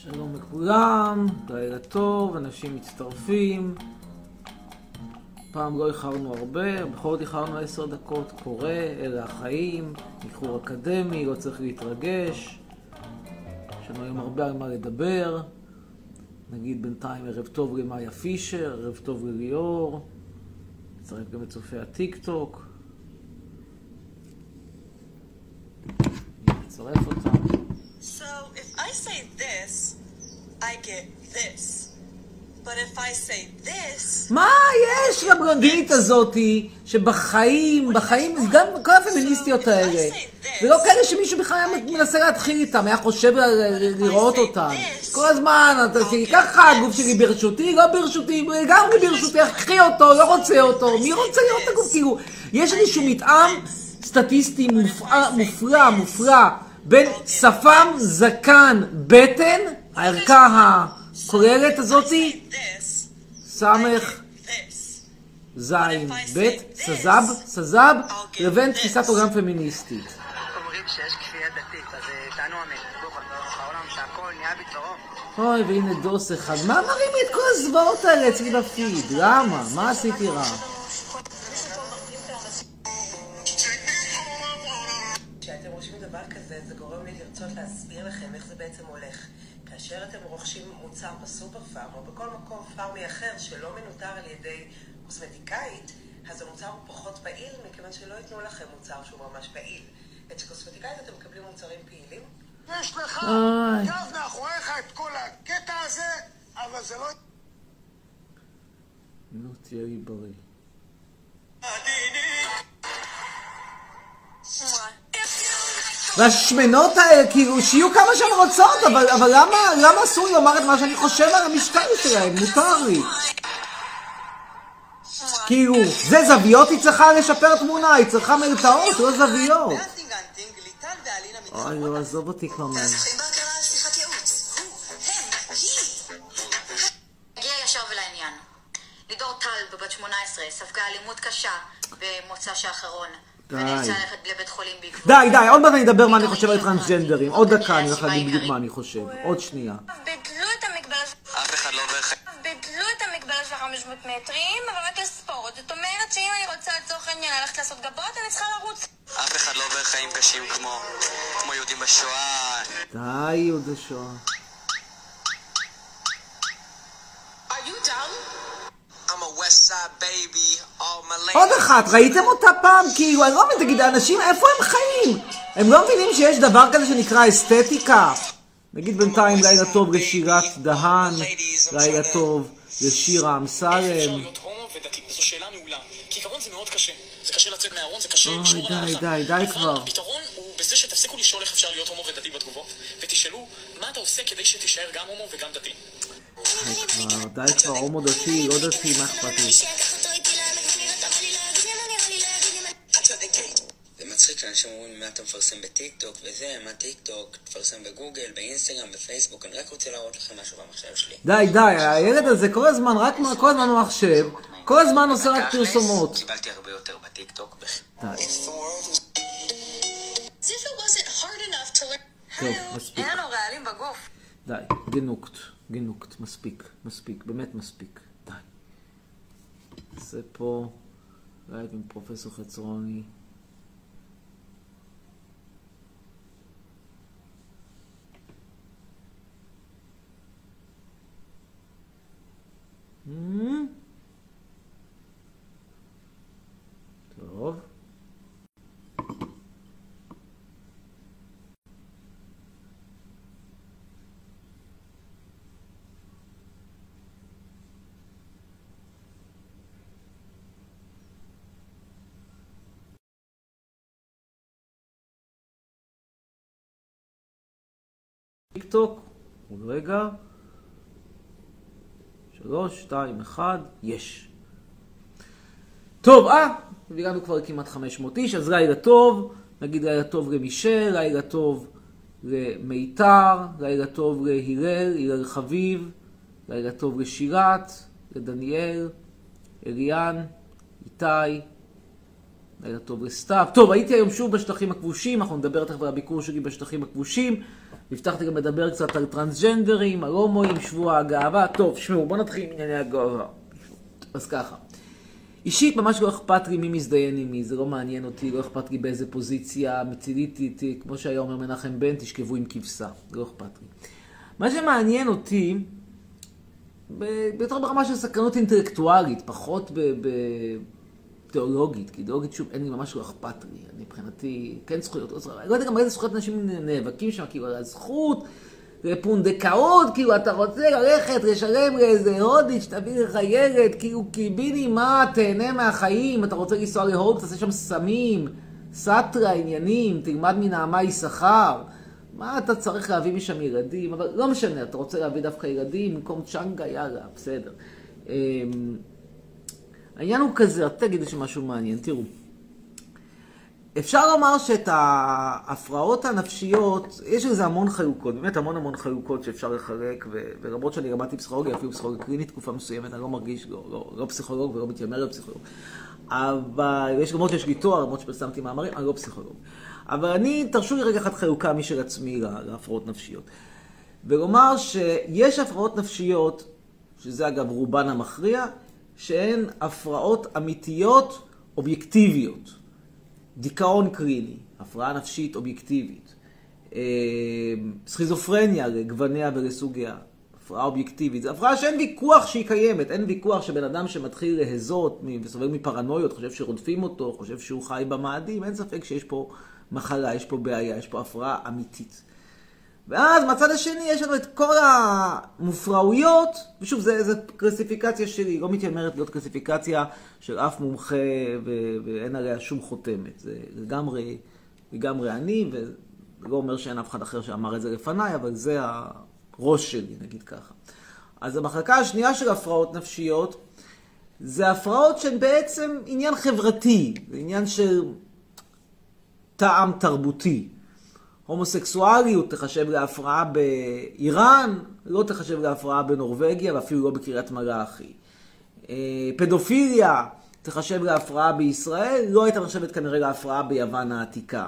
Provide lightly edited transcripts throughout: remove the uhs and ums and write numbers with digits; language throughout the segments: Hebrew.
שלום לכולם, לילה טוב, אנשים מצטרפים. פעם לא איחרנו הרבה, בכל זאת איחרנו 10 דקות, קורה, אלה החיים, איחור אקדמי, לא צריך להתרגש. יש לנו היום הרבה על מה לדבר. נגיד בינתיים ערב טוב למאיה פישר, ערב טוב לליאור. נצטרף גם את צופי הטיק טוק. נצטרף אותם. So, if I say this, I get this. But if I say this... מה יש לבלונדינית הזאתי שבחיים, גם כל הפמיניסטיות האלה, ולא כאלה שמישהו בכלל מנסה להתחיל איתם, היה חושב לראות אותם. כל הזמן, ככה הגוף שלי ברשותי, לא ברשותי, גם ברשותי, קחי אותו, לא רוצה אותו, מי רוצה לראות את הגוף? כאילו, יש איזשהו מתאם סטטיסטי מופלא, בין שפם, זקן, בטן, הערכה הכוללת הזאתי, סמך, זין, בית, סזב, לבין תפיסת עולם פמיניסטית. אומרים שיש כפייה דתית, אז טענו המדור העולם שהכל נהיה בדברו. אוי, והנה דוס אחד. מה מראים לי את כל הזוועות האלה אצלי בפיד? למה? מה עשיתי רע? כשאתם רושמים דבר כזה, זה גורם לי לרצות להסביר לכם איך זה בעצם הולך. כאשר אתם רוכשים מוצר בסופר פארם או בכל מקום פארמי אחר שלא מנותר על ידי קוסמטיקאית, אז המוצר הוא פחות פעיל מכיוון שלא ייתנו לכם מוצר שהוא ממש פעיל. אצל קוסמטיקאית אתם מקבלים מוצרים פעילים? יש לך גב מאחוריך את כל הקטע הזה, אבל זה לא... נו, תהיה לי בריא. והשמנות האלה, כאילו, שיהיו כמה שהן רוצות, אבל למה אסור לי לומר את מה שאני חושב על המשקל שלהם? מותר לי. כאילו, זה זוויות היא צריכה לשפר תמונה, היא צריכה מלטעות, לא זוויות. אוי, לא, עזוב אותי כבר מהם. הגיע ישר ולעניין. לידור טל, בבת 18, ספגה אלימות קשה במוצא האחרון. ונאלצה ללכת לבית חולים בעקבות. די, עוד מעט אני אדבר מה אני חושב על טרנסג'נדרים. עוד דקה אני הולך להגיד בדיוק מה אני חושב. עוד שנייה. ביטלו את המגבלה אף אחד לא עובר חיים. ביטלו את המגבלה של 500 מטרים, אבל רק לספורט. זאת אומרת שאם אני רוצה לצורך העניין ללכת לעשות גבות, אני צריכה לרוץ. אף אחד לא עובר חיים קשים כמו יהודים בשואה. די, יהודי שואה. Are you dumb? I'm a west side baby, all my ladies. עוד אחת, ראיתם אותה פעם? כאילו, אני לא מבין, תגיד, האנשים, איפה הם חיים? הם לא מבינים שיש דבר כזה שנקרא אסתטיקה? נגיד בינתיים לילה טוב לשירת דהן, לילה טוב לשירה אמסלם. אפשר להיות הומו ודתי? זו שאלה מעולה. כי עיקרון זה מאוד קשה. זה קשה לצאת מהארון, זה קשה לשמור על ההלכה. די כבר. הפתרון הוא בזה שתפסיקו לשאול איך אפשר להיות הומו ודתי בתגובות, ותשאלו מה אתה עושה כדי שתישאר גם הומו וגם דתי. די כבר, הומו דתי, לא דתי, מה אכפת לי? זה מצחיק שאנשים אומרים מה אתה מפרסם בטיק טוק וזה, מה טיק טוק, תפרסם בגוגל, באינסטגרם, בפייסבוק. אני רק רוצה להראות לכם משהו במחשב שלי. די, הילד הזה כל הזמן במחשב, כל הזמן עושה רק פרסומות. קיבלתי הרבה יותר בטיק טוק. די. טוב, מספיק. אין לנו רעלים בגוף. די, גנוקט, מספיק, באמת מספיק, די. נעשה פה לייב עם פרופסור חצרוני. טוב. טיק טוק, עוד רגע. 3, 2, 1, יש. טוב, הגענו כבר כמעט 500 איש, אז לילה טוב, נגיד לילה טוב למישל, לילה טוב למיתר, לילה טוב להילל חביב, לילה טוב לשירת, לדניאל, אליאן, איתי, לילה טוב לסתיו. טוב, הייתי היום שוב בשטחים הכבושים, אנחנו נדבר תכף על הביקור שלי בשטחים הכבושים. הבטחתי גם לדבר קצת על טרנסג'נדרים, על הומואים, שבוע הגאווה. טוב, שמעו, בוא נתחיל עם ענייני הגאווה. אז ככה. אישית ממש לא אכפת לי מי מזדיין עם מי, זה לא מעניין אותי, לא אכפת לי באיזה פוזיציה מצילית, כמו שהיה אומר מנחם בן, תשכבו עם כבשה, זה לא אכפת לי. מה שמעניין אותי, ביותר ברמה של סקרנות אינטלקטואלית, פחות תיאולוגית, כי תיאולוגית שוב אין לי ממש לא אכפת לי, אני מבחינתי כן זכויות, אני לא יודע גם איזה זכויות אנשים נאבקים שם, כאילו על הזכות, לפונדקאות, כאילו אתה רוצה ללכת לשלם לאיזה הודית שתביא לך ילד, כאילו קיביני מה, תהנה מהחיים, אתה רוצה לנסוע להוד, תעשה שם סמים, סטרה, עניינים, תלמד מנעמה יששכר, מה אתה צריך להביא משם ילדים, אבל לא משנה, אתה רוצה להביא דווקא ילדים, במקום צ'אנגה, יאללה, בסדר. העניין הוא כזה, תגידו שמשהו מעניין, תראו. אפשר לומר שאת ההפרעות הנפשיות, יש לזה המון חלוקות, באמת המון חלוקות שאפשר לחלק, ולמרות שאני למדתי פסיכולוגיה, אפילו פסיכולוגיה קלינית תקופה מסוימת, אני לא מרגיש, לא פסיכולוג ולא מתיימר לפסיכולוג. אבל יש למרות שיש לי תואר, למרות שפרסמתי מאמרים, אני לא פסיכולוג. אבל אני, תרשו לי רגע אחת חלוקה משל עצמי להפרעות נפשיות. ולומר שיש הפרעות נפשיות, שזה אגב רובן המכריע, שהן הפרעות אמיתיות אובייקטיביות. דיכאון קליני, הפרעה נפשית אובייקטיבית, סכיזופרניה לגווניה ולסוגיה, הפרעה אובייקטיבית. זו הפרעה שאין ויכוח שהיא קיימת, אין ויכוח שבן אדם שמתחיל להזות וסובל מפרנויות, חושב שרודפים אותו, חושב שהוא חי במאדים, אין ספק שיש פה מחלה, יש פה בעיה, יש פה הפרעה אמיתית. ואז מהצד השני יש לנו את כל המופרעויות, ושוב, זו קלסיפיקציה שלי, לא מתיימרת להיות קלסיפיקציה של אף מומחה ואין עליה שום חותמת. זה לגמרי אני, ולא אומר שאין אף אחד אחר שאמר את זה לפניי, אבל זה הראש שלי, נגיד ככה. אז המחלקה השנייה של הפרעות נפשיות, זה הפרעות שהן בעצם עניין חברתי, זה עניין של טעם תרבותי. הומוסקסואליות תחשב להפרעה באיראן, לא תחשב להפרעה בנורווגיה ואפילו לא בקריית מלאכי. פדופיליה תחשב להפרעה בישראל, לא הייתה נחשבת כנראה להפרעה ביוון העתיקה.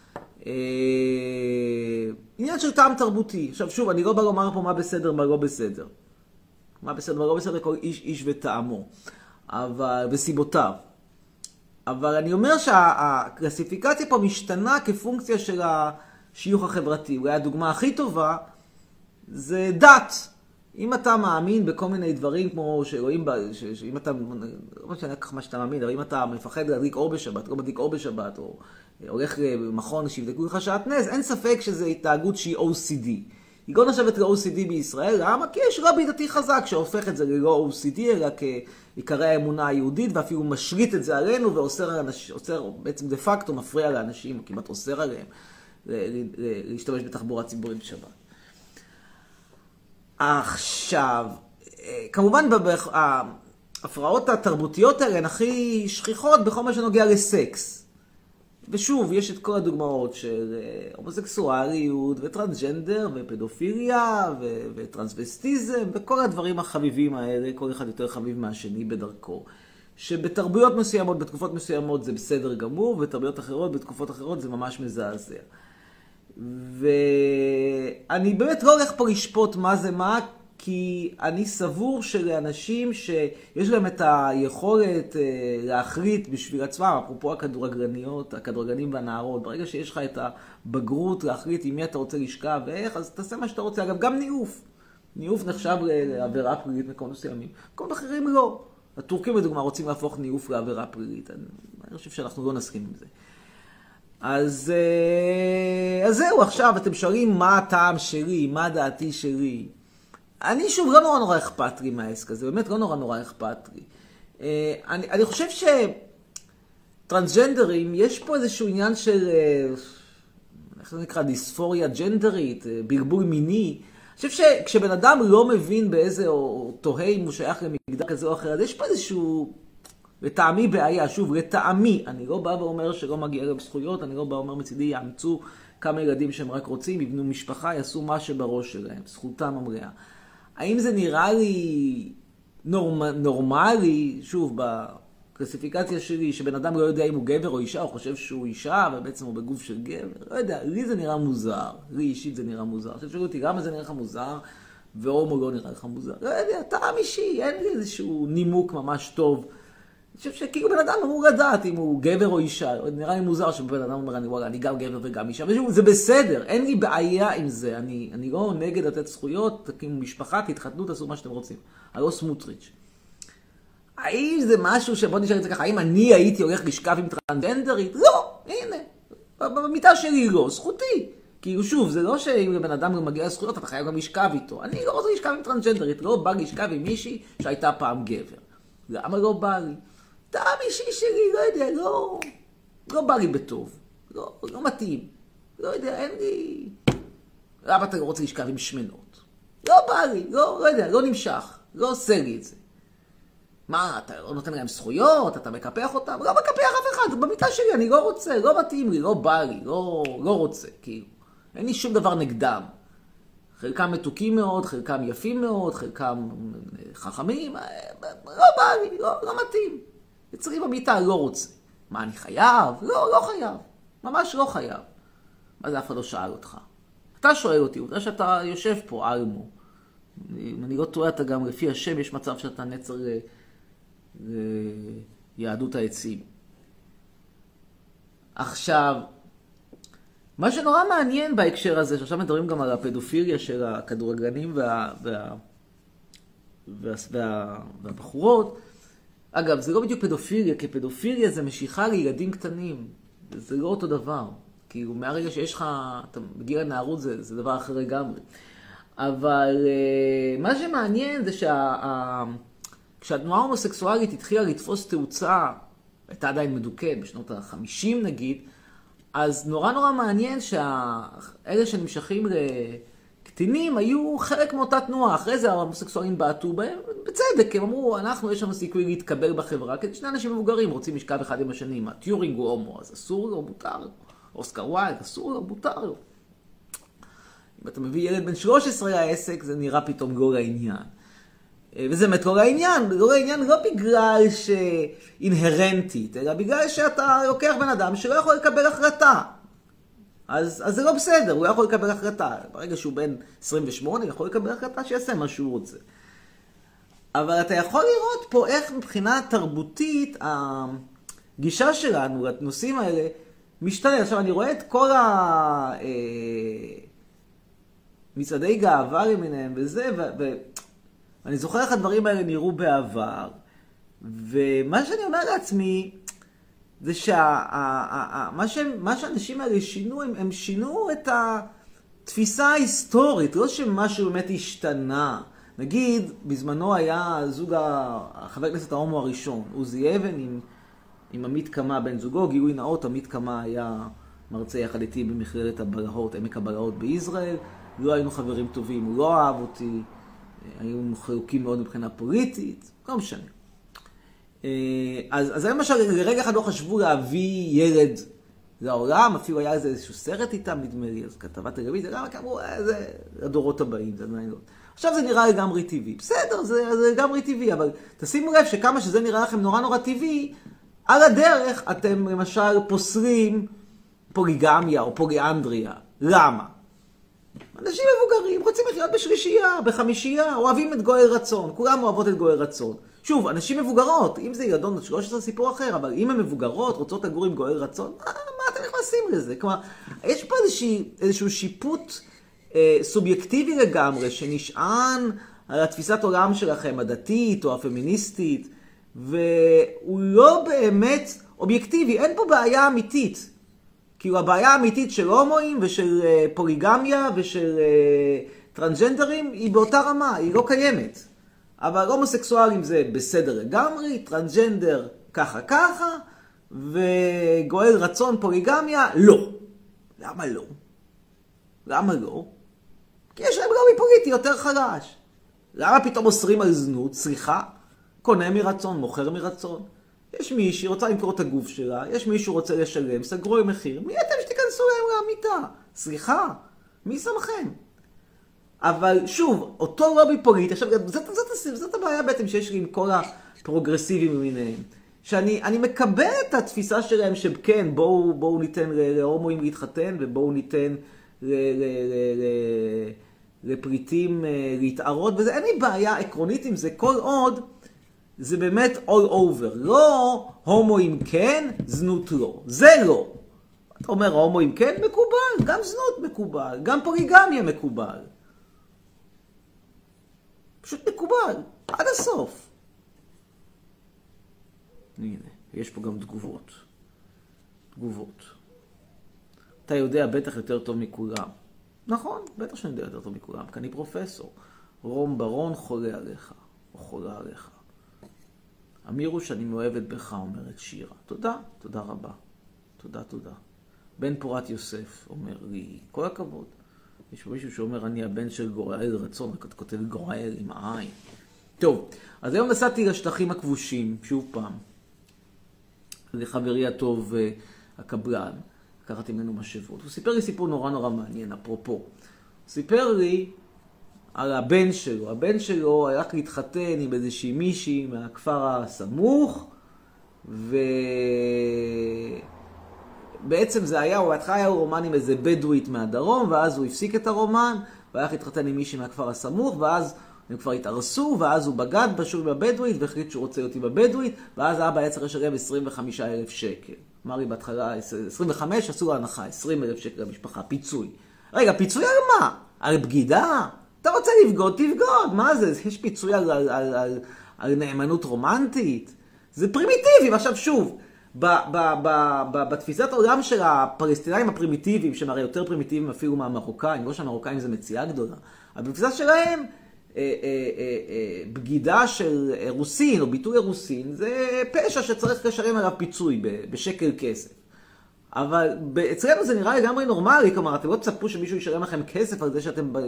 עניין של טעם תרבותי. עכשיו שוב, אני לא בא לומר פה מה בסדר, מה לא בסדר. מה בסדר, מה לא בסדר, כל איש וטעמו. וסיבותיו. אבל אני אומר שהקלסיפיקציה פה משתנה כפונקציה של השיוך החברתי. אולי הדוגמה הכי טובה זה דת. אם אתה מאמין בכל מיני דברים כמו שאלוהים, שאם אתה, לא משנה כך מה שאתה מאמין, אבל אם אתה מפחד להדליק אור בשבת, לא מדליק אור בשבת, או הולך למכון שיבדקו לך שעטנז, אין ספק שזו התנהגות שהיא OCD. היא לא נחשבת ל-OCD בישראל, למה? כי יש רבי דתי חזק שהופך את זה ללא OCD, אלא כעיקרי האמונה היהודית, ואפילו משריט את זה עלינו, ואוסר בעצם דה פקטו, מפריע לאנשים, כמעט אוסר עליהם, להשתמש בתחבורה ציבורית בשבת. עכשיו, כמובן ההפרעות התרבותיות האלה הן הכי שכיחות בכל מה שנוגע לסקס. ושוב, יש את כל הדוגמאות של הומוסקסואליות וטרנסג'נדר ופדופיליה וטרנסבסטיזם וכל הדברים החביבים האלה, כל אחד יותר חביב מהשני בדרכו. שבתרבויות מסוימות, בתקופות מסוימות זה בסדר גמור, ובתרבויות אחרות, בתקופות אחרות זה ממש מזעזע. ואני באמת לא הולך פה לשפוט מה זה מה, כי אני סבור שלאנשים שיש להם את היכולת להחליט בשביל עצמם, אפרופו הכדורגלנים והנערות, ברגע שיש לך את הבגרות להחליט עם מי אתה רוצה לשכב ואיך, אז תעשה מה שאתה רוצה. אגב, גם ניאוף. ניאוף נחשב לעבירה פלילית מקומות מסוימים. מקומות אחרים לא. הטורקים לדוגמה רוצים להפוך ניאוף לעבירה פלילית. אני חושב שאנחנו לא נסכים עם זה. אז זהו, עכשיו אתם שואלים מה הטעם שלי, מה דעתי שלי. אני שוב לא נורא אכפת לי מהעסק הזה, באמת לא נורא אכפת לי. אני חושב שטרנסג'נדרים, יש פה איזשהו עניין של, איך זה נקרא, דיספוריה ג'נדרית, בלבול מיני. אני חושב שכשבן אדם לא מבין באיזה, או תוהה אם הוא שייך למגדר כזה או אחר, אז יש פה איזשהו, לטעמי בעיה, שוב, לטעמי, אני לא בא ואומר שלא מגיע להם זכויות, אני לא בא ואומר מצידי יאמצו כמה ילדים שהם רק רוצים, יבנו משפחה, יעשו מה שבראש שלהם, זכותם המלאה. האם זה נראה לי נורמלי, שוב, הקלסיפיקציה שלי, שבן אדם לא יודע אם הוא גבר או אישה, הוא חושב שהוא אישה, ובעצם הוא בגוף של גבר. לא יודע, לי זה נראה מוזר. לי אישית זה נראה מוזר. עכשיו שאלו אותי, למה זה נראה לך מוזר, והומו לא נראה לך מוזר. לא יודע, טעם אישי, אין לי איזשהו נימוק ממש טוב. אני חושב שכאילו בן אדם אמור לדעת אם הוא גבר או אישה. נראה לי מוזר שבן אדם אומר, אני גם גבר וגם אישה. זה בסדר, אין לי בעיה עם זה. אני לא נגד לתת זכויות, תקימו משפחה, תתחתנו, תעשו מה שאתם רוצים. אני לא סמוטריץ'. האם זה משהו שבוא נשאר את זה ככה, האם אני הייתי הולך לשכב עם טרנסג'נדרית? לא, הנה, במיטה שלי לא, זכותי. כי שוב, זה לא שאם לבן אדם לא מגיע לזכויות, אתה חייב גם לשכב איתו. אני לא רוצה לשכב עם טרנסג'נדרית, לא בא לשכב עם מישהי שהייתה פעם גבר. למה לא בא לי? טעם אישי שלי, לא יודע, לא בא לי בטוב. לא מתאים. לא יודע, אין לי... למה אתה לא רוצה לשכב עם שמנות? לא בא לי, לא יודע, לא נמשך. לא עושה לי את זה. מה, אתה לא נותן להם זכויות? אתה מקפח אותם? לא מקפח אף אחד, במיטה שלי אני לא רוצה, לא מתאים לי, לא בא לי, לא רוצה, כאילו. אין לי שום דבר נגדם. חלקם מתוקים מאוד, חלקם יפים מאוד, חלקם חכמים, לא בא לי, לא מתאים. אצלי במיטה לא רוצה. מה, אני חייב? לא חייב. ממש לא חייב. מה זה אף אחד לא שאל אותך? אתה שואל אותי, עובדה שאתה יושב פה, אלמו. אם אני לא טועה, אתה גם לפי השם, יש מצב שאתה נצר ליהדות העצים. עכשיו, מה שנורא מעניין בהקשר הזה, שעכשיו מדברים גם על הפדופיליה של הכדורגלנים והבחורות, אגב, זה לא בדיוק פדופיליה, כי פדופיליה זה משיכה לילדים קטנים. זה לא אותו דבר. כאילו, מהרגע שיש לך, אתה מגיע לנערות, זה דבר אחר לגמרי. אבל מה שמעניין זה כשהתנועה ההומוסקסואלית התחילה לתפוס תאוצה, הייתה עדיין מדוכאת בשנות ה-50 נגיד, אז נורא מעניין שאלה שנמשכים לקטינים היו חלק מאותה תנועה. אחרי זה ההומוסקסואלים בעטו בהם, בצדק, הם אמרו, יש לנו סיכוי להתקבל בחברה, כי שני אנשים מבוגרים רוצים לשכב אחד עם השני, מה טיורינג הוא הומו, אז אסור לו, מותר לו. אוסקר ווילד, אסור לו, מותר לו. אם אתה מביא ילד בן 13 לעסק, זה נראה פתאום לא לעניין. וזה באמת לא לעניין לא בגלל שאינהרנטית, אלא בגלל שאתה לוקח בן אדם שלא יכול לקבל החלטה. אז זה לא בסדר, הוא לא יכול לקבל החלטה. ברגע שהוא בן 28, הוא יכול לקבל החלטה שיעשה מה שהוא רוצה. אבל אתה יכול לראות פה איך מבחינה תרבותית, הגישה שלנו לנושאים האלה משתנה. עכשיו אני רואה את כל מצעדי גאווה למיניהם וזה, ואני זוכר איך הדברים האלה נראו בעבר, ומה שאני אומר לעצמי, זה מה שהאנשים האלה שינו, הם שינו את התפיסה ההיסטורית, לא שמשהו באמת השתנה. נגיד, בזמנו היה חבר הכנסת ההומו הראשון, עוזי אבן עם עמית קמה בן זוגו, גילוי נאות, עמית קמה היה מרצה יחד איתי במכללת הבלהות, עמק הבלהות בישראל, לא היינו חברים טובים, הוא לא אהב אותי, היו חלוקים מאוד מבחינה פוליטית, לא משנה. אז למשל, לרגע אחד לא חשבו להביא ילד לעולם, אפילו היה איזשהו סרט איתם, נדמה לי, אז כתבת טלוויזיה, למה כאמרו, זה הדורות הבאים, זה עדיין לא. עכשיו זה נראה לגמרי טבעי. בסדר, זה לגמרי טבעי, אבל תשימו לב שכמה שזה נראה לכם נורא טבעי, על הדרך אתם למשל פוסלים פוליגמיה או פוליאנדריה. למה? אנשים מבוגרים רוצים לחיות בשלישייה, בחמישייה, אוהבים את גואל רצון, כולם אוהבות את גואל רצון. שוב, אנשים מבוגרות, אם זה ילדון 13 סיפור אחר, אבל אם הן מבוגרות רוצות לגור עם גואל רצון, מה אתם נכנסים לזה? כלומר, יש פה איזשהו שיפוט סובייקטיבי לגמרי, שנשען על התפיסת עולם שלכם, הדתית או הפמיניסטית, והוא לא באמת אובייקטיבי, אין פה בעיה אמיתית. כאילו הבעיה האמיתית של הומואים ושל פוליגמיה ושל טרנסג'נדרים היא באותה רמה, היא לא קיימת. אבל הומוסקסואלים זה בסדר לגמרי, טרנסג'נדר ככה, וגואל רצון פוליגמיה לא. למה לא? למה לא? כי יש להם לובי פוליטי יותר חלש. למה פתאום אוסרים על זנות? סליחה, קונה מרצון, מוכר מרצון. יש מישהי רוצה למכור את הגוף שלה, יש מישהו רוצה לשלם, סגרו עם מחיר. מי אתם שתיכנסו להם למיטה? סליחה, מי שמכם? אבל שוב, אותו לובי פוליטי, עכשיו זאת הבעיה בעצם שיש לי עם כל הפרוגרסיבים למיניהם. שאני מקבל את התפיסה שלהם שכן, בואו ניתן להומואים להתחתן, ובואו ניתן לפריטים להתערות, וזה אין לי בעיה עקרונית עם זה, כל עוד זה באמת all over. לא הומואים כן, זנות לא. זה לא. אתה אומר, הומואים כן מקובל, גם זנות מקובל, גם פוליגמיה מקובל. פשוט מקובל, עד הסוף. הנה, יש פה גם תגובות. תגובות. אתה יודע בטח יותר טוב מכולם. נכון, בטח שאני יודע יותר טוב מכולם, כי אני פרופסור. רום ברון חולה עליך, או חולה עליך. אמירו שאני מאוהבת בך, אומרת שירה. תודה, תודה רבה. תודה, תודה. בן פורת יוסף אומר לי, כל הכבוד. יש פה מישהו שאומר, אני הבן של גוראל רצון, רק את כותב גוראל עם העין. טוב, אז היום נסעתי לשטחים הכבושים, שוב פעם. לחברי הטוב הקבלן, לקחתי ממנו משאבות. הוא סיפר לי סיפור נורא נורא מעניין, אפרופו. הוא סיפר לי על הבן שלו. הבן שלו הלך להתחתן עם איזושהי מישהי מהכפר הסמוך, ובעצם זה היה, הוא התחיל היה רומן עם איזה בדואית מהדרום, ואז הוא הפסיק את הרומן, והלך להתחתן עם מישהי מהכפר הסמוך, ואז הם כבר התארסו, ואז הוא בגד בשוב בבדואית, והחליט שהוא רוצה אותי בבדואית, ואז האבא היה צריך לשלם 25,000 שקל. אמר לי בהתחלה 25, עשו הנחה, 20,000 שקל למשפחה, פיצוי. רגע, פיצוי על מה? על בגידה? אתה רוצה לבגוד, תבגוד. מה זה? יש פיצוי על נאמנות רומנטית? זה פרימיטיבי. ועכשיו שוב, בתפיסת העולם של הפלסטינאים הפרימיטיביים, שהם הרי יותר פרימיטיביים אפילו מהמרוקאים, לא שהמרוקאים זה מציאה גדולה, אבל בתפיסה שלהם, בגידה של רוסין או ביטוי רוסין זה פשע שצריך לשלם עליו פיצוי בשקל כסף. אבל אצלנו זה נראה לגמרי נורמלי, כלומר אתם לא תצפו שמישהו ישלם לכם כסף על זה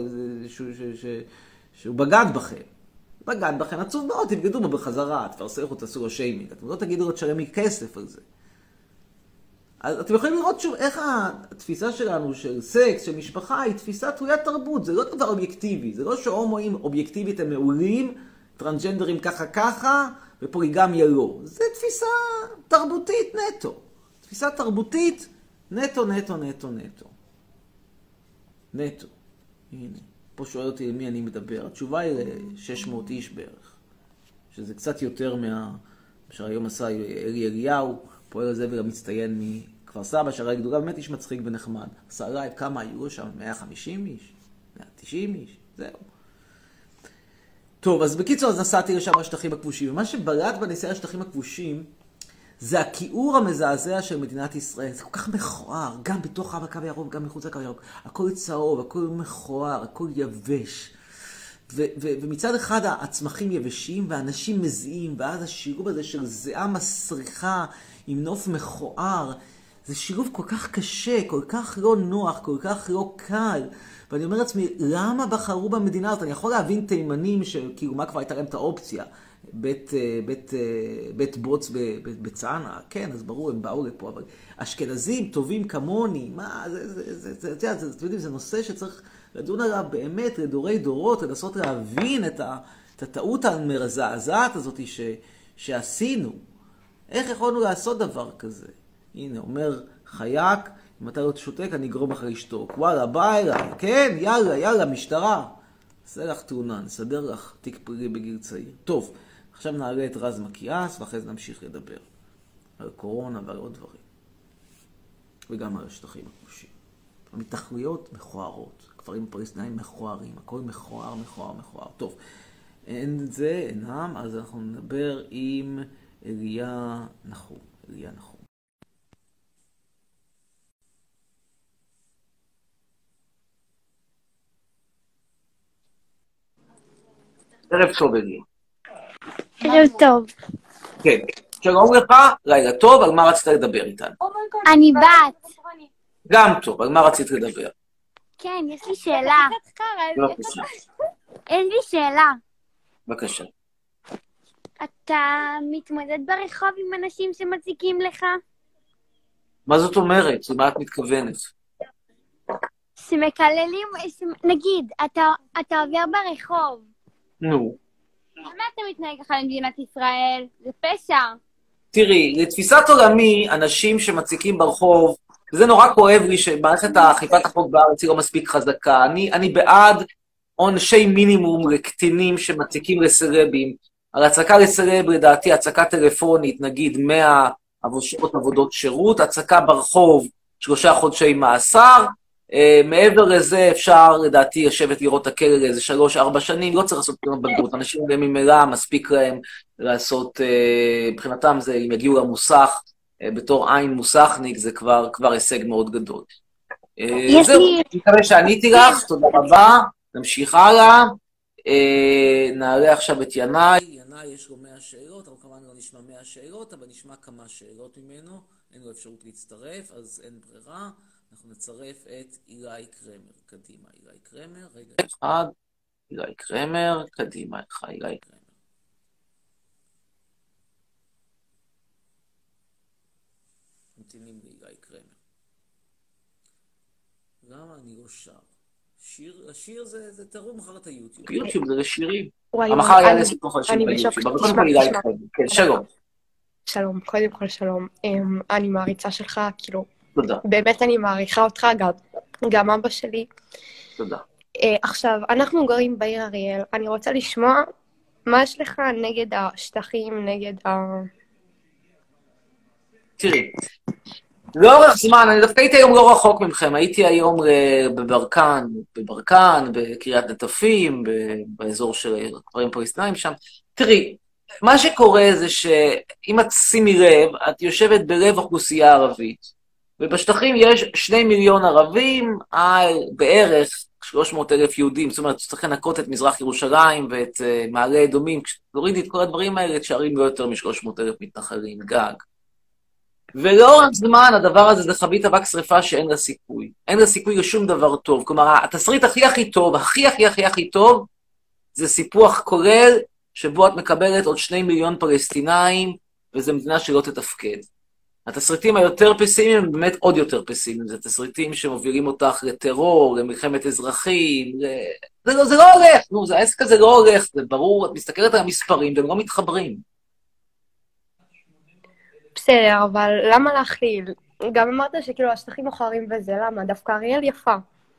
שהוא בגד בכם. בגד בכם, עצוב מאוד, תבגדו בו בחזרה, תפרסכו, תעשו לו שיימינג, אתם לא תגידו לו תשלם לי כסף על זה. אז אתם יכולים לראות שוב איך התפיסה שלנו של סקס, של משפחה, היא תפיסה תלוית תרבות. זה לא דבר אובייקטיבי. זה לא שהומואים אובייקטיבית הם מעולים, טרנסג'נדרים ככה, ופוליגמיה לא. זה תפיסה תרבותית נטו. תפיסה תרבותית נטו. נטו. הנה, פה שואל אותי למי אני מדבר. התשובה היא ל-600 איש בערך. שזה קצת יותר שהיום עשה אלי אליהו. פועל הזה וגם מצטיין מכפר סבא, שהרי גדולה באמת איש מצחיק ונחמד. עשה לייב, כמה היו שם? 150 איש? 190 איש? זהו. טוב, אז בקיצור, אז נסעתי לשם השטחים הכבושים, ומה שבלט בנסיעה לשטחים הכבושים, זה הכיעור המזעזע של מדינת ישראל. זה כל כך מכוער, גם בתוך הקו הירוק, גם מחוץ לקו הירוק. הכל צהוב, הכל מכוער, הכל יבש. ומצד אחד הצמחים יבשים והאנשים מזיעים, ואז השילוב הזה של זיעה מסריחה עם נוף מכוער, זה שילוב כל כך קשה, כל כך לא נוח, כל כך לא קל. ואני אומר לעצמי, למה בחרו במדינה הזאת? אני יכול להבין תימנים שכאילו מה כבר הייתה להם את האופציה? בית בוץ בצענה, כן, אז ברור, הם באו לפה, אבל אשכנזים טובים כמוני, מה, זה נושא שצריך לדון עליו באמת לדורי דורות, לנסות להבין את הטעות המזעזעת הזאת שעשינו. איך יכולנו לעשות דבר כזה? הנה, אומר חייק, אם אתה לא תשותק, אני אגרום לך לשתוק. וואלה, בא אליי, כן, יאללה, משטרה. עשה לך תאונה, נסדר לך תיק פלילי בגיל צעיר. טוב, עכשיו נעלה את רז מקיאס, ואחרי זה נמשיך לדבר על קורונה ועל עוד דברים. וגם על השטחים הכבושים. המתנחלויות מכוערות, כפרים פלסטיניים מכוערים, הכל מכוער. טוב, אין את זה, אינם, אז אנחנו נדבר עם אליה נחום. ערב טוב, אליה. ערב טוב. כן, שלום לך, לילה טוב, על מה רצית לדבר איתנו? אני בת. גם טוב, על מה רצית לדבר? כן, יש לי שאלה. בבקשה. יש לי שאלה. בבקשה. אתה מתמודד ברחוב עם אנשים שמציקים לך? מה זאת אומרת? למה את מתכוונת? שמקללים, נגיד, אתה עובר ברחוב. נו. למה אתה מתנהג ככה למדינת ישראל? זה פשע. תראי, לתפיסת עולמי, אנשים שמציקים ברחוב, וזה נורא כואב לי שמערכת אכיפת החוק בארץ היא לא מספיק חזקה. אני בעד עונשי מינימום לקטינים שמציקים לסרבים. על הצקה לסרב, לדעתי, הצקה טלפונית, נגיד 100 עבודות שירות, הצקה ברחוב, 3 חודשי מאסר, מעבר לזה אפשר, לדעתי, לשבת לראות הכלא לאיזה 3-4 שנים, לא צריך לעשות בחינות בגרות, אנשים בממילא מספיק להם לעשות, מבחינתם זה, אם יגיעו למוסך, בתור עין מוסכניק, זה כבר הישג מאוד גדול. זהו, אני מקווה שעניתי לך, תודה רבה, נמשיך הלאה, נעלה עכשיו את ינאי, ינאי יש לו 100 שאלות, אבל כמובן לא נשמע 100 שאלות, אבל נשמע כמה שאלות ממנו, אין לו אפשרות להצטרף, אז אין ברירה. אנחנו נצרף את אילי קרמר. קדימה, אילי קרמר. רגע אחד. אילי קרמר. קדימה, אילי קרמר. נמתינים לאילי קרמר. למה אני לא שר? השיר זה תראו מחר את היוטיוב. יוטיוב זה לשירים. המחר היה לספור חדשים ביוטיוב. אבל קודם כל אילי קרמר. כן, שלום. שלום, קודם כל שלום. אני מעריצה שלך, כאילו, תודה. באמת אני מעריכה אותך, גם אבא שלי. תודה. עכשיו, אנחנו גרים בעיר אריאל, אני רוצה לשמוע מה יש לך נגד השטחים, נגד תראי, לאורך זמן, אני דווקא הייתי היום לא רחוק ממכם, הייתי היום בברקן, בקריית נטפים, באזור של כפרים פלסטיניים שם. תראי, מה שקורה זה שאם את שימי לב, את יושבת בלב אוכלוסייה ערבית. ובשטחים יש 2 מיליון ערבים, בערך 300,000 יהודים, זאת אומרת, צריך לנקות את מזרח ירושלים ואת מעלה אדומים, כשתורידי את כל הדברים האלה, תשארים לא יותר מ-300,000 מתנחלים, גג. ולאורך זמן, הדבר הזה זה חבית אבק שריפה שאין לה סיכוי. אין לה סיכוי לשום דבר טוב. כלומר, התסריט הכי טוב, הכי טוב, זה סיפוח כולל, שבו את מקבלת עוד 2 מיליון פלסטינאים, וזו מדינה שלא תתפקד. התסריטים היותר פסימיים הם באמת עוד יותר פסימיים, זה תסריטים שמובילים אותך לטרור, למלחמת אזרחים, זה לא הולך, העסק הזה לא הולך, זה ברור, את מסתכלת על המספרים והם לא מתחברים. בסדר, אבל למה להכליל? גם אמרת שכאילו השטחים מוכרים וזה, למה? דווקא אריאל יפה.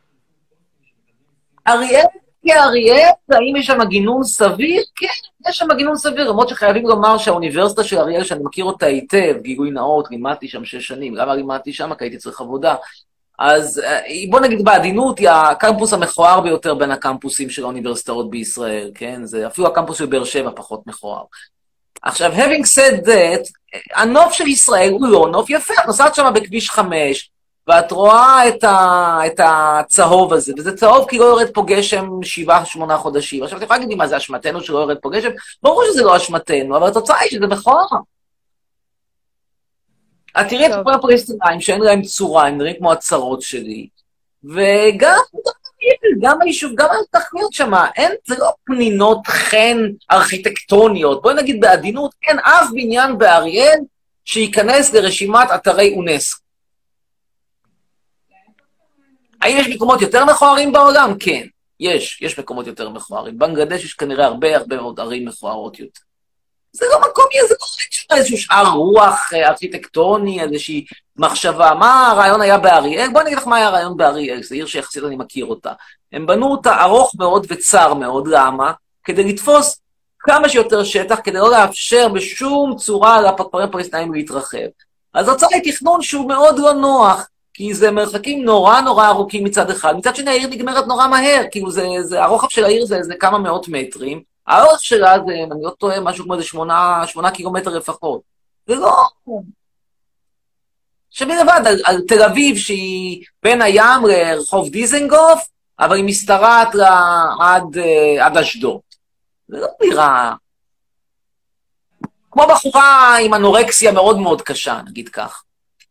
אריאל כאריאל, האם יש שם גינון סביר? כן, יש שם גינון סביר, למרות שחייבים לומר שהאוניברסיטה של אריאל, שאני מכיר אותה היטב, גילוי נאות, לימדתי שם 6 שנים, למה לימדתי שם? כי הייתי צריך עבודה. אז בוא נגיד בעדינות, היא הקמפוס המכוער ביותר בין הקמפוסים של האוניברסיטאות בישראל, כן? זה אפילו הקמפוס של באר שבע פחות מכוער. עכשיו, having said that, הנוף של ישראל הוא לא נוף יפה, את נוסעת שם בכביש 5, ואת רואה את הצהוב הזה, וזה צהוב כי לא יורד פה גשם 7-8 חודשים. עכשיו, אתה יכול להגיד לי מה זה אשמתנו שלא יורד פה גשם? ברור שזה לא אשמתנו, אבל התוצאה היא שזה מכוער. את תראי את כל הפלסטינאים שאין להם צורה, הם נראים כמו הצרות שלי, גם היישוב, גם התכניות שם, זה לא פנינות חן ארכיטקטוניות, בואי נגיד בעדינות, אין אף בניין באריאל שייכנס לרשימת אתרי אונסקו. האם יש מקומות יותר מכוערים בעולם? כן, יש מקומות יותר מכוערים. בנגלדש יש כנראה הרבה מאוד ערים מכוערות יותר. זה לא מקום, זה לא איזשהו שאר רוח ארכיטקטוני, איזושהי מחשבה. מה הרעיון היה באריאל? בואי נגיד לך מה היה הרעיון באריאל, זו עיר שיחסית אני מכיר אותה. הם בנו אותה ארוך מאוד וצר מאוד, למה? כדי לתפוס כמה שיותר שטח, כדי לא לאפשר בשום צורה לפרפרים הפלסטינאים להתרחב. אז הוצאה היא תכנון שהוא מאוד לא נוח, כי זה מרחקים נורא ארוכים מצד אחד, מצד שני העיר נגמרת נורא מהר, כאילו הרוחב של העיר זה כמה מאות מטרים, האורך שלה זה, אני לא טועה, משהו כמו איזה 8 קילומטר לפחות. זה לא... שמלבד על תל אביב שהיא בין הים לרחוב דיזנגוף, אבל היא משתרעת עד אשדוד. זה לא נראה... כמו בחורה עם אנורקסיה מאוד מאוד קשה, נגיד כך.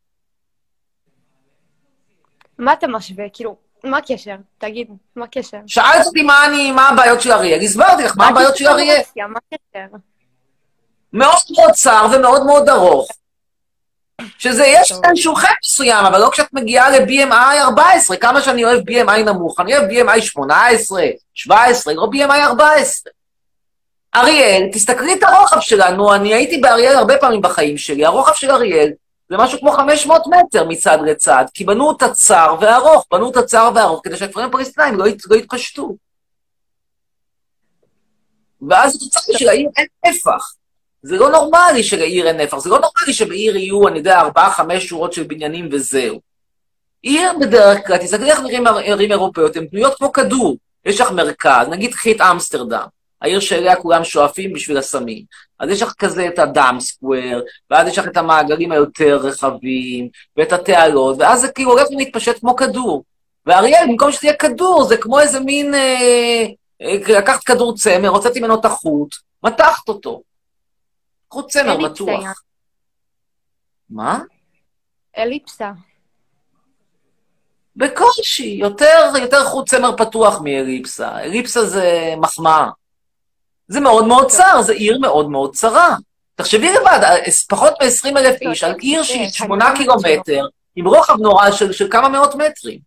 מה אתה משווה? כאילו, מה הקשר? תגיד, מה הקשר? שאלת אותי מה הבעיות של אריאל, הסברתי לך מה הבעיות של אריאל. מה הקשר? מאוד מאוד צר ומאוד מאוד ארוך. שזה יש איזשהו חלק מסוים, אבל לא כשאת מגיעה ל-BMI 14, כמה שאני אוהב BMI נמוך, אני אוהב BMI 18, 17, לא BMI 14. אריאל, תסתכלי את הרוחב שלנו, אני הייתי באריאל הרבה פעמים בחיים שלי, הרוחב של אריאל זה משהו כמו 500 מטר מצד לצד, כי בנו את הצר והארוך, כדי שהכפרים הפלסטינאים לא יתפשטו. ואז התוצאה של העיר אין נפח. זה לא נורמלי שלעיר אין נפח, זה לא נורמלי שבעיר יהיו, אני יודע, 4-5 שורות של בניינים וזהו. עיר בדרך כלל, תסתכלי איך נראים ערים אירופאיות, הן בנויות כמו כדור. יש לך מרכז, נגיד קחי את אמסטרדם, העיר שאליה כולם שואפים בשביל הסמים. אז יש לך כזה את הדאם סקוואר, ואז יש לך את המעגלים היותר רחבים, ואת התעלות, ואז זה כאילו הולך ומתפשט כמו כדור. ואריאל, במקום שתהיה כדור, זה כמו איזה מין, לקחת כדור צמר, הוצאתי ממנו את החוט, מתחת אותו. חוט צמר מתוח. מה? אליפסה. בקושי, יותר חוט צמר פתוח מאליפסה. אליפסה זה מחמאה. זה מאוד מאוד צר, זה עיר מאוד מאוד צרה. תחשבי לבד, פחות מ-20,000 איש, על עיר שהיא 8 קילומטר, עם רוחב נורא של כמה מאות מטרים.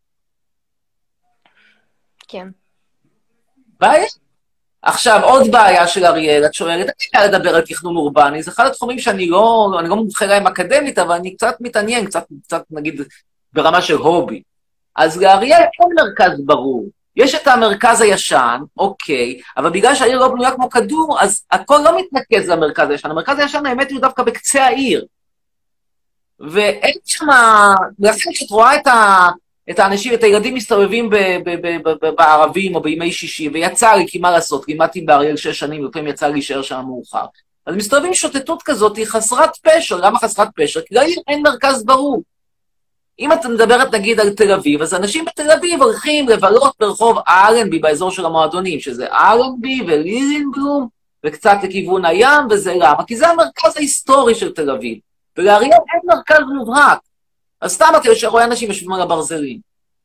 כן. בעיה. עכשיו, עוד בעיה של אריאל, את שואלת, אני יכולה לדבר על תכנון אורבני, זה אחד התחומים שאני לא מומחה להם אקדמית, אבל אני קצת מתעניין, קצת נגיד ברמה של הובי. אז לאריאל אין מרכז ברור. יש את המרכז הישן, אוקיי, אבל בגלל שהעיר לא בנויה כמו כדור, אז הכל לא מתנקז למרכז הישן. המרכז הישן, האמת, הוא דווקא בקצה העיר. ואין שם, לכן כשאת רואה את האנשים, את הילדים מסתובבים בערבים או בימי שישי, ויצא לי, כי מה לעשות, לימדתי באריאל 6 שנים, לפעמים יצא לי להישאר שם מאוחר. אז מסתובבים שוטטות כזאת, היא חסרת פשר. למה חסרת פשר? כי לעיר אין מרכז ברור. אם את מדברת נגיד על תל אביב, אז אנשים בתל אביב הולכים לבלות ברחוב אלנבי באזור של המועדונים, שזה אלנבי ולילינבלום, וקצת לכיוון הים, וזה למה? כי זה המרכז ההיסטורי של תל אביב. ולאריאל אין מרכז מובהק. אז סתם אתה רואה אנשים יושבים על הברזלים.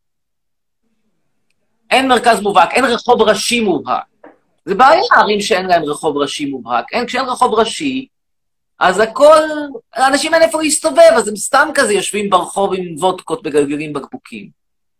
אין מרכז מובהק, אין רחוב ראשי מובהק. זה בעיה הערים שאין להם רחוב ראשי מובהק. כשאין רחוב ראשי, אז הכל, האנשים אין איפה להסתובב, אז הם סתם כזה יושבים ברחוב עם וודקות בגלגלים בקבוקים.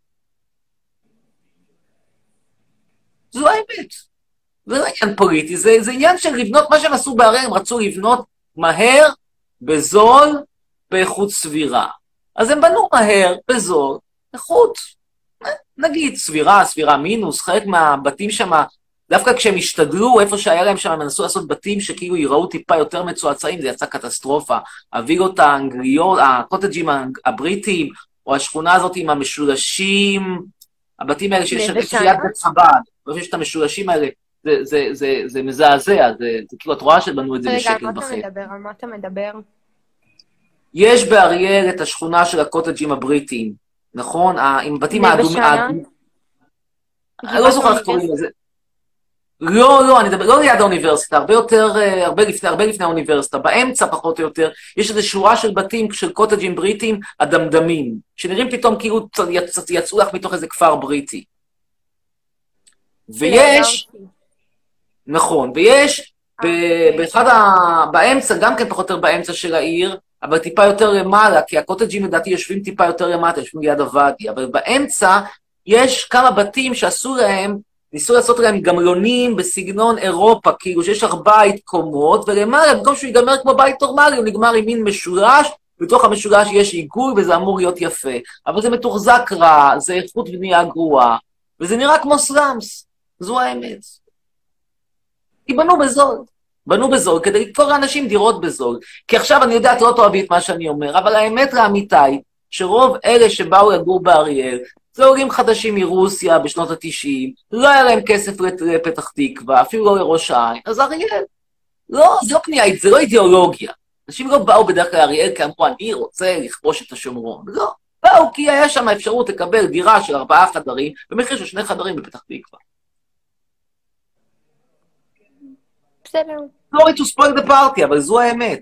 זו האמת. זה לא עניין פוליטי, זה עניין של לבנות מה שהם עשו בערים, הם רצו לבנות מהר, בזול, באיכות סבירה. אז הם בנו מהר, בזול, איכות, נגיד, סבירה מינוס, חלק מהבתים שם, דווקא כשהם השתדלו, איפה שהיה להם שם, הם מנסו לעשות בתים שכאילו יראו טיפה יותר מצועצעים, זה יצא קטסטרופה. הווילות האנגליות, הקוטג'ים הבריטים, או השכונה הזאת עם המשולשים, הבתים האלה שיש יד בית חב"ד, ויש את המשולשים האלה, זה מזעזע, זה כאילו את רואה שבנו את זה בשקל בחיים. רגע, על מה אתה מדבר? יש באריאל את השכונה של הקוטג'ים הבריטים, נכון? עם בתים האדומים. אני לא זוכר איך קוראים לזה. לא, אני מדבר, לא ליד האוניברסיטה, הרבה לפני האוניברסיטה, באמצע פחות או יותר, יש איזו שורה של בתים של קוטג'ים בריטים הדמדמים, שנראים פתאום כאילו יצאו לך מתוך איזה כפר בריטי. ויש, נכון, ויש באמצע, גם כן פחות או יותר באמצע של העיר, אבל טיפה יותר למעלה, כי הקוטג'ים לדעתי יושבים טיפה יותר למטה, יושבים ליד הוואדי, אבל באמצע יש כמה בתים שעשו להם, ניסו לעשות להם גמלונים בסגנון אירופה, כאילו שיש 4 קומות, ולמעלה, במקום שהוא ייגמר כמו בית נורמלי, הוא נגמר עם מין משולש, בתוך המשולש יש עיגול, וזה אמור להיות יפה. אבל זה מתוחזק רע, זה איכות בנייה גרועה, וזה נראה כמו סלאמס. זו האמת. כי בנו בזול, כדי לתפור לאנשים דירות בזול. כי עכשיו אני יודעת, לא תאהבי את מה שאני אומר, אבל האמת לאמיתה היא, שרוב אלה שבאו לגור באריאל, זה עולים חדשים מרוסיה בשנות ה-90, לא היה להם כסף לפתח תקווה, אפילו לא לראש העין, אז אריאל, לא, זה לא פנייה, זה לא אידיאולוגיה. אנשים לא באו בדרך כלל לאריאל, כי אמרו, אני רוצה לכבוש את השומרון. לא, באו, כי היה שם אפשרות לקבל דירה של 4 חדרים, במחיר של 2 חדרים בפתח תקווה. בסדר. Sorry to spoil the party, אבל זו האמת.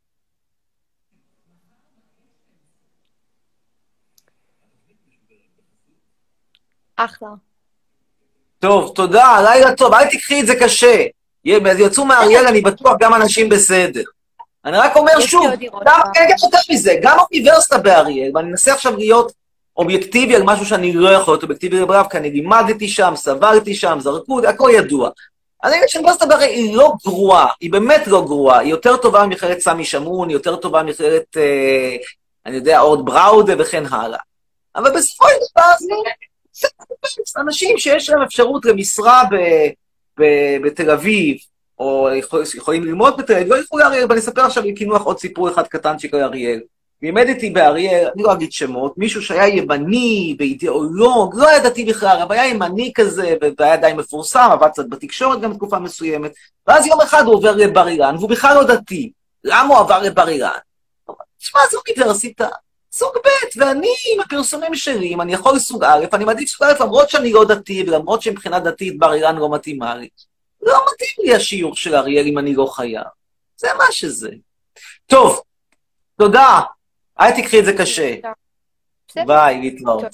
אחלה. טוב, תודה, לילה טוב, אל תקחי את זה קשה. יצאו מאריאל, אני בטוח גם אנשים בסדר. אני רק אומר שוב, גם אוניברסיטה באריאל, ואני אנסה עכשיו להיות אובייקטיבי על משהו שאני לא יכול להיות אובייקטיבי לברב, כי אני לימדתי שם, סברתי שם, זרקו, הכל ידוע. אני אגיד שאוניברסיטה באריאל היא לא גרועה, היא באמת לא גרועה, היא יותר טובה ממכללת סמי שמעון, היא יותר טובה ממכללת, אני יודע, אורט בראודה וכן הלאה. אבל בסופו של דבר זה אנשים שיש להם אפשרות למשרה בתל אביב, או יכולים ללמוד בתל אביב, לא ילכו לאריאל, ואני אספר עכשיו לקינוח עוד סיפור אחד קטנצ'יק על אריאל. לימדתי באריאל, אני לא אגיד שמות, מישהו שהיה ימני ואידיאולוג, לא היה דתי בכלל, אבל היה ימני כזה, והיה די מפורסם, עבד קצת בתקשורת גם תקופה מסוימת, ואז יום אחד הוא עובר לבר אילן, והוא בכלל לא דתי. למה הוא עבר לבר אילן? תשמע, זו אוניברסיטה, סוג ב', ואני עם הפרסומים שלי, אם אני יכול לסוג א', אני מעדיף סוג א', למרות שאני לא דתי, ולמרות שמבחינה דתית בר אילן לא מתאימה לי. לא מתאים לי השיעור של אריאל אם אני לא חייב. זה מה שזה. טוב, תודה. אל תקחי את זה קשה. ביי, להתראות.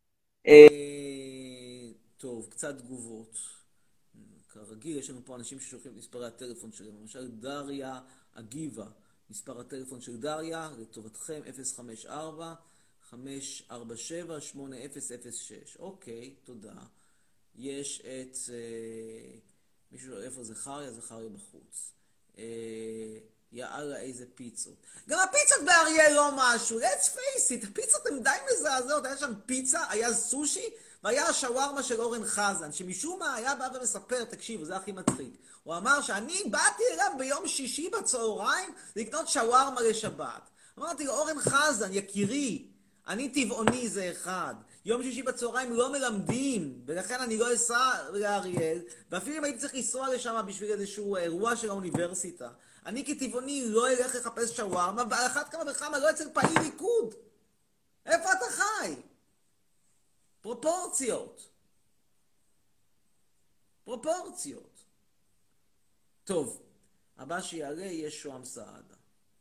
טוב, קצת תגובות. כרגיל, יש לנו פה אנשים ששולחים את מספרי הטלפון שלהם. למשל, דריה אגיבה. מספר הטלפון של דריה, לטובתכם, 054-547-8006. אוקיי, תודה. יש את... מישהו, איפה זכריה? זכריה בחוץ. יאללה, איזה פיצות. גם הפיצות באריאל לא משהו, let's face it, הפיצות הן די מזעזעות, היה שם פיצה, היה סושי, והיה השווארמה של אורן חזן, שמשום מה היה בא ומספר, תקשיבו, זה הכי מצחיק. הוא אמר שאני באתי אליו ביום שישי בצהריים לקנות שווארמה לשבת. אמרתי לו, אורן חזן, יקירי, אני טבעוני זה אחד. יום שישי בצהריים לא מלמדים, ולכן אני לא אסע לאריאל, ואפילו אם הייתי צריך לנסוע לשם בשביל איזשהו אירוע של האוניברסיטה, אני כטבעוני לא אלך לחפש שווארמה, ועל אחת כמה וכמה לא אצל פעיל ליכוד. איפה אתה חי? פרופורציות. פרופורציות. טוב, הבא שיעלה יהיה שוהם סעדה.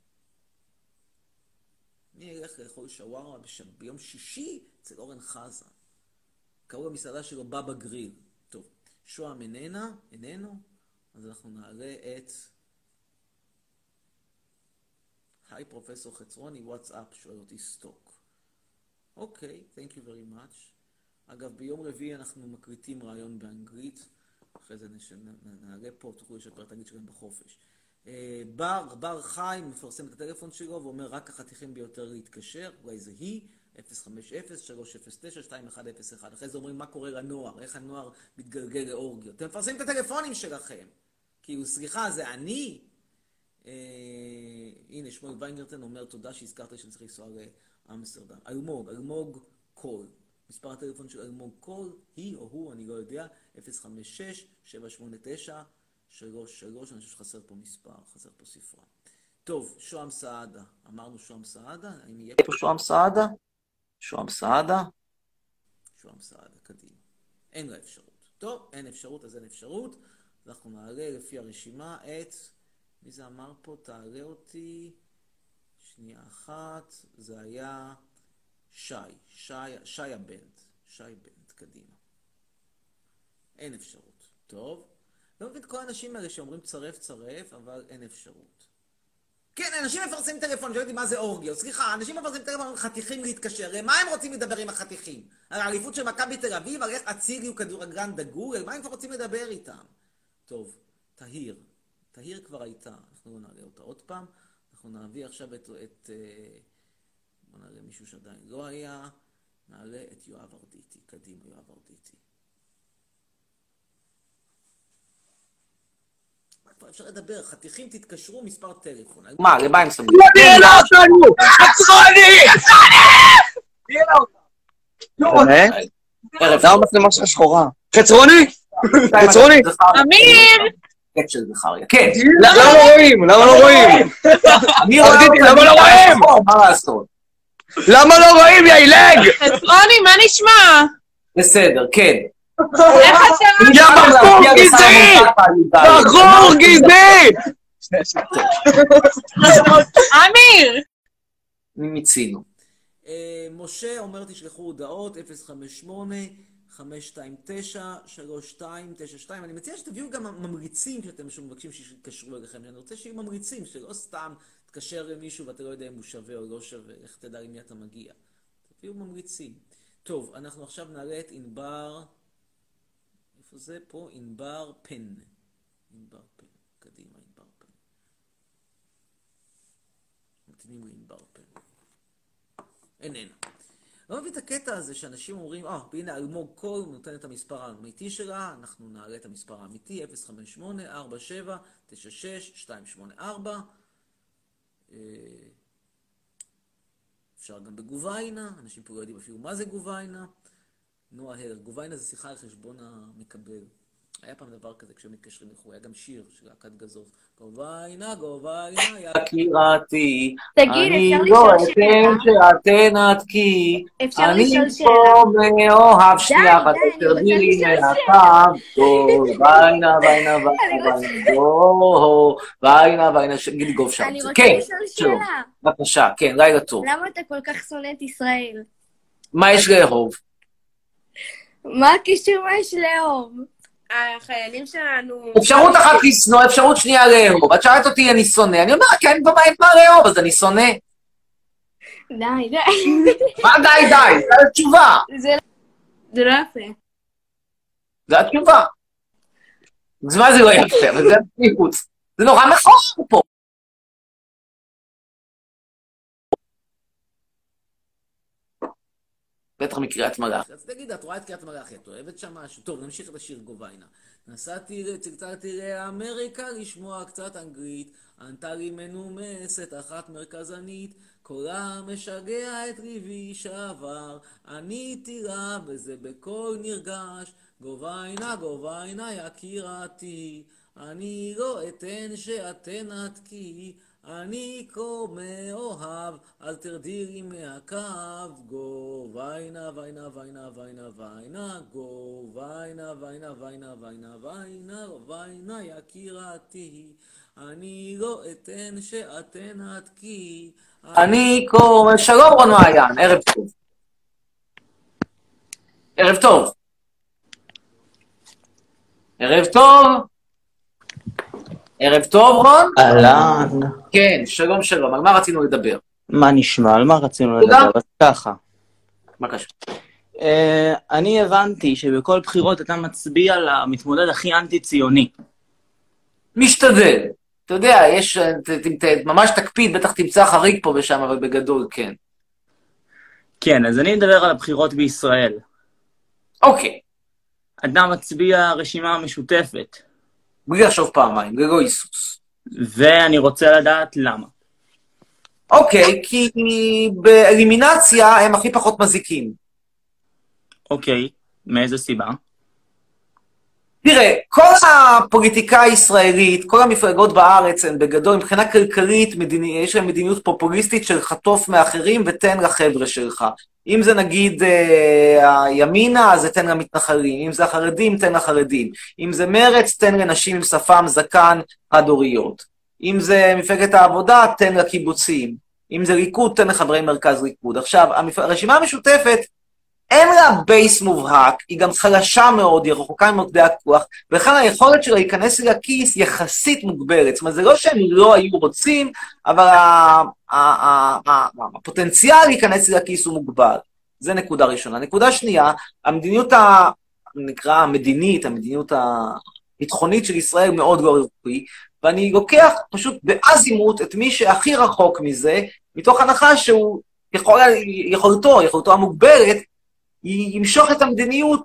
אני אלך לאכול שווארמה ביום שישי אצל אורן חזן. קראו למסעדה שלו בבא גריל. טוב, שוהם איננו, אז אנחנו נעלה את... היי פרופסור חצרוני, וואטסאפ, שואל אותי סטוק. אוקיי, thank you very much. אגב, ביום רביעי אנחנו מקליטים רעיון באנגלית, אחרי זה נעלה פה, תוכלו לשפר את האנגלית שלהם בחופש. בר חיים מפרסם את הטלפון שלו ואומר רק החתיכים ביותר להתקשר, אולי זה היא, 050-309-2101. אחרי זה אומרים מה קורה לנוער, איך הנוער מתגלגל לאורגיות. אתם מפרסמים את הטלפונים שלכם. כאילו, סליחה, זה אני? הנה, שמואל ויינגרטן אומר תודה שהזכרת שצריך לנסוע לאמסטרדם. אלמוג קול. מספר הטלפון של אלמוג קול, היא או הוא, אני לא יודע, 056-789-33, אני חושב שחסר פה מספר, חסר פה ספרה. טוב, שוהם סעדה. אמרנו שוהם סעדה, האם יהיה פה שוהם סעדה? שוהם סעדה, קדימה. אין לה אפשרות. טוב, אין אפשרות, אז אין אפשרות. אנחנו נעלה לפי הרשימה את... מי זה אמר פה? תעלה אותי. שנייה אחת. זה היה שי הבנד. שי בנד, קדימה. אין אפשרות. טוב. לא מבין כל האנשים האלה שאומרים צרף, אבל אין אפשרות. כן, אנשים מפרסמים טלפון, שאלתי מה זה אורגיות. סליחה, אנשים מפרסמים טלפון חתיכים להתקשר. מה הם רוצים לדבר עם החתיכים? על האליפות של מכבי תל אביב, על איך אצילי הוא כדורגלן דגול? על מה הם רוצים לדבר איתם? טוב, תהיר כבר הייתה, אנחנו לא נעלה אותה עוד פעם, אנחנו נעביר עכשיו בוא נעלה מישהו שעדיין לא היה, נעלה את יואב ארדיטי, קדימה יואב ארדיטי. כבר אפשר לדבר, חתיכים תתקשרו מספר טלפון. מה, למה הם סמכים? לא נראה אותנו! חצרוני! ערב, למה מצלמה שלך שחורה? חצרוני! חצרוני! אמיר! של זכריה. כן. למה לא רואים? למה לא רואים? למה לא רואים? מה לעשות? למה לא רואים, יא עילג? חצרוני, מה נשמע? בסדר, כן. איך אתה? יא בחור גזעי! בחור גזעי! אמיר! מיצינו. משה אומר תשלחו הודעות 058-529-3292. אני מציע שתביאו גם ממריצים שאתם מבקשים שיתקשרו אליכם. אני רוצה שיהיו ממריצים, שלא סתם תתקשר למישהו ואתה לא יודע אם הוא שווה או לא שווה, איך תדע למי אתה מגיע. תביאו ממריצים. טוב, אנחנו עכשיו נעלה את ענבר, איפה זה? פה, ענבר פן. ענבר פן, קדימה ענבר פן. מתנים לענבר פן. איננה. לא מבין את הקטע הזה שאנשים אומרים, הנה אלמוג קול נותן את המספר האמיתי שלה, אנחנו נעלה את המספר האמיתי, 058-47-96-284. אפשר גם בגוביינה, אנשים פה לא יודעים אפילו מה זה גוביינה. נועה הר, גוביינה זה שיחה על חשבון המקבל. היה פעם דבר כזה כשהם מתקשרים לחור, היה גם שיר של להקת גזוז. גוביינה, גוביינה, יקירתי, אני לא אתן שאתן כי אני פה מאוהב שנייה, ואתה תרדי מהקו, גוביינה, ויינה, ויינה, ויינה, גידי גוב שם. אני רוצה כן, לשאול שאלה. בבקשה, כן, לילה טוב. למה אתה כל כך שונא את ישראל? מה יש לאהוב? מה הקשר מה יש לאהוב? החיילים שלנו... אפשרות אחת לשנוא, אפשרות שנייה לאהוב. את שאלת אותי אני שונא, אני אומר, כן, אין מה לאהוב, אז אני שונא. די. מה די? זה התשובה. זה לא יפה. זה התשובה. אז מה זה לא יפה? אבל זה מחוץ. זה נורא מכוער פה. בטח מקריאת מלאכי. אז תגיד, את רואה את קריאת מלאכי, את אוהבת שם משהו? טוב, נמשיך את השיר גוביינה. צלצלתי לאמריקה לשמוע קצת אנגלית, ענתה לי מנומסת, אחת מרכזנית, קולה משגע את ליבי שעבר, עניתי לה בזה בקול נרגש, גוביינה, גוביינה יקירתי, אני לא אתן שאתן עתקי, אני כה מאוהב, אל תרדי לי מהקו, גוביינה, ויינה, ויינה, ויינה, ויינה, גוביינה, ויינה, ויינה, ויינה, ויינה, ויינה, יקירתי, אני לא אתן שאתן עתקי, אני כה... שלום רון מעיין, ערב טוב. ערב טוב. ערב טוב. ערב טוב, רון? אהלן. כן, שלום, שלום. על מה רצינו לדבר? מה נשמע? על מה רצינו לדבר? אז ככה. מה קשור? אני הבנתי שבכל בחירות אתה מצביע למתמודד הכי אנטי-ציוני. משתדל. אתה יודע, יש... ממש תקפיד, בטח תמצא חריג פה ושם, אבל בגדול כן. כן, אז אני מדבר על הבחירות בישראל. אוקיי. אתה מצביע רשימה המשותפת. בלי לחשוב פעמיים, ללא היסוס. ואני רוצה לדעת למה. אוקיי, כי באלימינציה הם הכי פחות מזיקים. אוקיי, מאיזה סיבה? תראה, כל הפוליטיקה הישראלית, כל המפלגות בארץ הן בגדול, מבחינה כלכלית, יש להם מדיניות פופוליסטית של חטוף מאחרים ותן לחבר'ה שלך. אם זה נגיד הימינה, אז תן למתנחלים. אם זה החרדים, תן לחרדים. אם זה מרץ, תן לנשים עם שפם, זקן, חד-הוריות. אם זה מפלגת העבודה, תן לקיבוצים. אם זה ליכוד, תן לחברי מרכז ליכוד. עכשיו, הרשימה המשותפת, אין לה בייס מובהק, היא גם חלשה מאוד, היא רחוקה ממוקדי הכוח, ולכן היכולת שלה להיכנס לי לכיס יחסית מוגבלת. זאת אומרת, זה לא שהם לא היו רוצים, אבל הפוטנציאל להיכנס לי לכיס הוא מוגבל. זה נקודה ראשונה. נקודה שנייה, המדיניות נקרא המדינית, המדיניות הביטחונית של ישראל מאוד לא רחוקי, ואני לוקח פשוט באזימות את מי שהכי רחוק מזה, מתוך הנחה שהוא יכולתו המוגבלת, ימשוך את המדיניות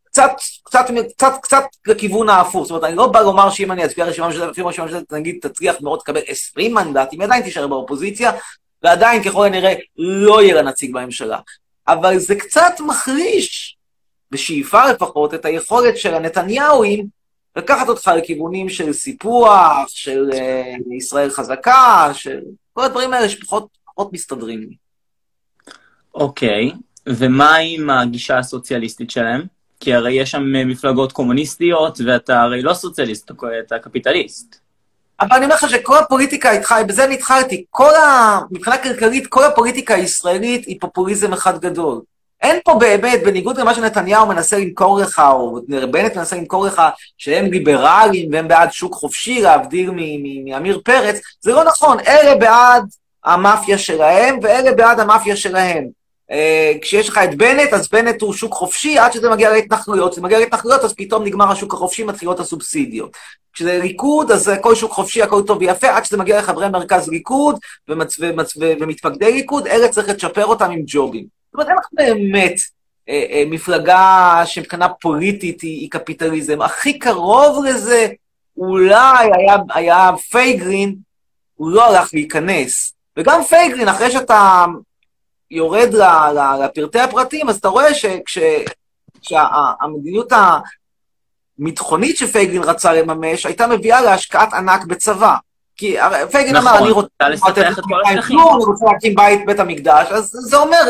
קצת לכיוון ההפוך. זאת אומרת, אני לא בא לומר שאם אני אצביע רשימה משותפת, נגיד, תצליח מאוד לקבל 20 מנדטים, עדיין תישאר באופוזיציה, ועדיין ככל הנראה לא יהיה לה נציג בממשלה. אבל זה קצת מחליש, בשאיפה לפחות, את היכולת של הנתניהוים, לקחת אותך לכיוונים של סיפוח, של ישראל חזקה, של כל הדברים האלה שפחות מסתדרים לי. אוקיי. ומה עם הגישה הסוציאליסטית שלהם? כי הרי יש שם מפלגות קומוניסטיות, ואתה הרי לא סוציאליסט, אתה קפיטליסט. אבל אני אומר לך שכל הפוליטיקה, בזה אני התחלתי, מבחינה כלכלית, כל הפוליטיקה הישראלית היא פופוליזם אחד גדול. אין פה באמת, בניגוד למה שנתניהו מנסה למכור לך, או בנט מנסה למכור לך, שהם ליברליים והם בעד שוק חופשי, להבדיל מאמיר פרץ, זה לא נכון, אלה בעד המאפיה שלהם, ואלה בעד המאפיה שלהם. כשיש לך את בנט, אז בנט הוא שוק חופשי, עד שזה מגיע להתנחלויות. כשזה מגיע להתנחלויות, אז פתאום נגמר השוק החופשי, מתחילות הסובסידיות. כשזה ליכוד, אז כל שוק חופשי, הכל טוב ויפה, עד שזה מגיע לחברי מרכז ליכוד, ומתפקדי ליכוד, אלה צריך לצ'פר אותם עם ג'ובים. זאת אומרת, אין לך באמת מפלגה שמבחינה פוליטית היא קפיטליזם. הכי קרוב לזה, אולי היה פייגלין, הוא לא הלך להיכנס. וגם פייגלין, אחרי שאתה יורד לפרטי הפרטים, אז אתה רואה שהמדיניות הביטחונית שפייגלין רצה לממש, הייתה מביאה להשקעת ענק בצבא. כי פייגלין אמר, אני רוצה להקים בית המקדש, אז זה אומר,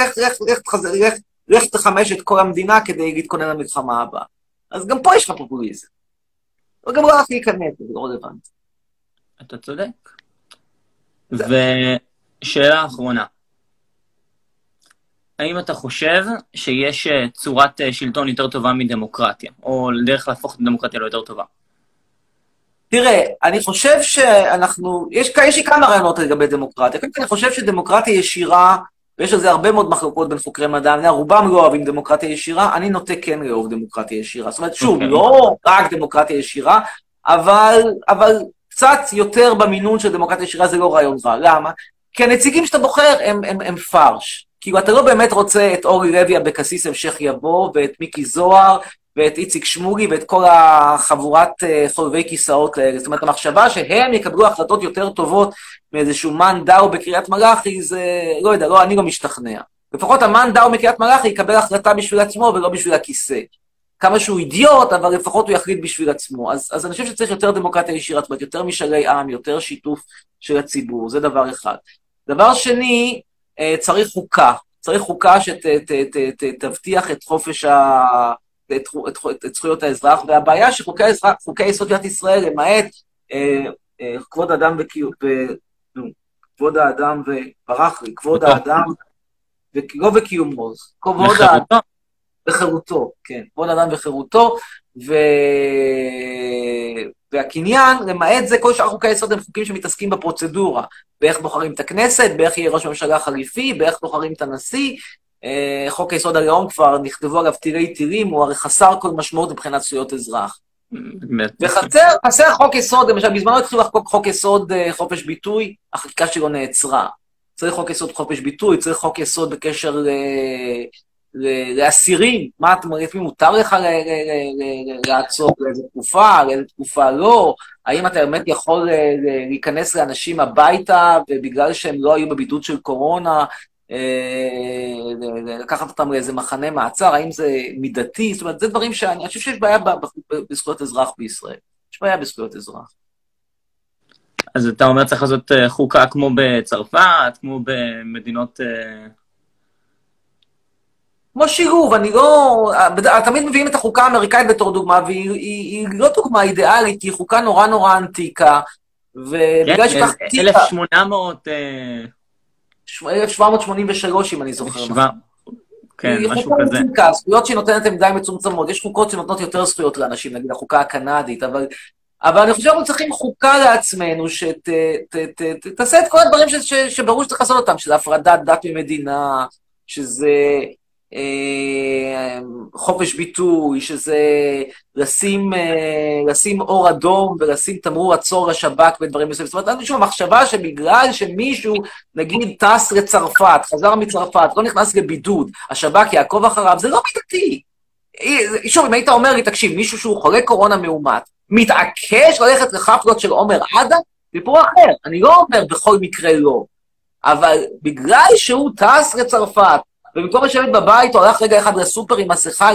לך תחמש את כל המדינה כדי להתכונן למלחמה הבאה. אז גם פה יש לך פופוליזם. וגם לא הלך להיכנס, זה לא רלוונטי. אתה צודק. ושאלה אחרונה. האם אתה חושב שיש צורת שלטון יותר טובה מדמוקרטיה, או דרך להפוך את הדמוקרטיה לא יותר טובה? תראה, אני חושב יש לי כמה רעיונות לגבי דמוקרטיה. אני חושב שדמוקרטיה ישירה, ויש על זה הרבה מאוד מחלוקות בין חוקרי מדע, רובם לא אוהבים דמוקרטיה ישירה, אני נוטה כן לאהוב דמוקרטיה ישירה. זאת אומרת, שוב, לא רק דמוקרטיה ישירה, אבל קצת יותר במינון של דמוקרטיה ישירה זה לא רעיון רע. למה? כי הנציגים שאתה בוחר הם פרש. כאילו, אתה לא באמת רוצה את אורי לוי אבקסיס המשך יבוא, ואת מיקי זוהר, ואת איציק שמולי, ואת כל החבורת חולבי כיסאות האלה. זאת אומרת, המחשבה שהם יקבלו החלטות יותר טובות מאיזשהו מן דאו בקריית מלאכי, זה, לא יודע, אני לא משתכנע. לפחות המן דאו בקריית מלאכי יקבל החלטה בשביל עצמו, ולא בשביל הכיסא. כמה שהוא אידיוט, אבל לפחות הוא יחליט בשביל עצמו. אז אני חושב שצריך יותר דמוקרטיה ישירה, זאת אומרת, יותר משאלי עם, יותר שיתוף של הציבור, זה דבר אחד. דבר שני, צריך חוקה. צריך חוקה שתבטיח את חופש את זכויות האזרח, והבעיה שחוקי יסוד מדינת ישראל, למעט כבוד האדם כבוד האדם וברח לי, כבוד האדם לא וקיומו, כבוד האדם וחירותו, כן, כבוד האדם וחירותו, והקניין, למעט זה, כל שאר חוקי היסוד הם חוקים שמתעסקים בפרוצדורה, באיך בוחרים את הכנסת, באיך יהיה ראש ממשלה חליפי, באיך בוחרים את הנשיא. חוק היסוד הלאום כבר נכתבו עליו תירים, הוא הרי חסר כל משמעות מבחינת זכויות אזרח. וחסר חוק יסוד, למשל, בזמנו התחילו לחוקק חוק יסוד חופש ביטוי, החקיקה שלו נעצרה. צריך חוק יסוד חופש ביטוי, צריך חוק יסוד בקשר לאסירים, מה אתם אומרים, מותר לך לעצור לאיזה תקופה לא, האם אתה באמת יכול להיכנס לאנשים הביתה, ובגלל שהם לא היו בבידוד של קורונה, לקחת אותם לאיזה מחנה מעצר, האם זה מידתי, זאת אומרת, זה דברים שאני חושב שיש בעיה בזכויות אזרח בישראל, יש בעיה בזכויות אזרח. אז אתה אומר צריך לעשות חוקה כמו בצרפת, כמו במדינות... כמו שילוב, אני לא... תמיד מביאים את החוקה האמריקאית בתור דוגמה, והיא לא דוגמה אידיאלית, היא חוקה נורא נורא ענטיקה, ובגלל שכך... 1783, אם אני זוכר. כן, משהו כזה. זכויות שנותנת הן די מצומצמות, יש חוקות שנותנות יותר זכויות לאנשים, נגיד החוקה הקנדית, אבל אני חושב שאנחנו צריכים חוקה לעצמנו, שתעשה את כל הדברים שברור שצריך לעשות אותם, שזה הפרדת דת ממדינה, שזה חופש ביטוי, שזה לשים אור אדום ולשים תמרור עצור לשב"כ ודברים מסוימים. זאת אומרת, משהו המחשבה שבגלל שמישהו, נגיד, טס לצרפת, חזר מצרפת, לא נכנס לבידוד, השב"כ יעקוב אחריו, זה לא מידתי. שוב, אם היית אומר לי, תקשיב, מישהו שהוא חולה קורונה מאומת, מתעקש ללכת לחפלות של עומר עדה, סיפור אחר. אני לא אומר בכל מקרה לא, אבל בגלל שהוא טס לצרפת, ובמקום לשבת בבית, הוא הלך רגע אחד לסופר עם מסכה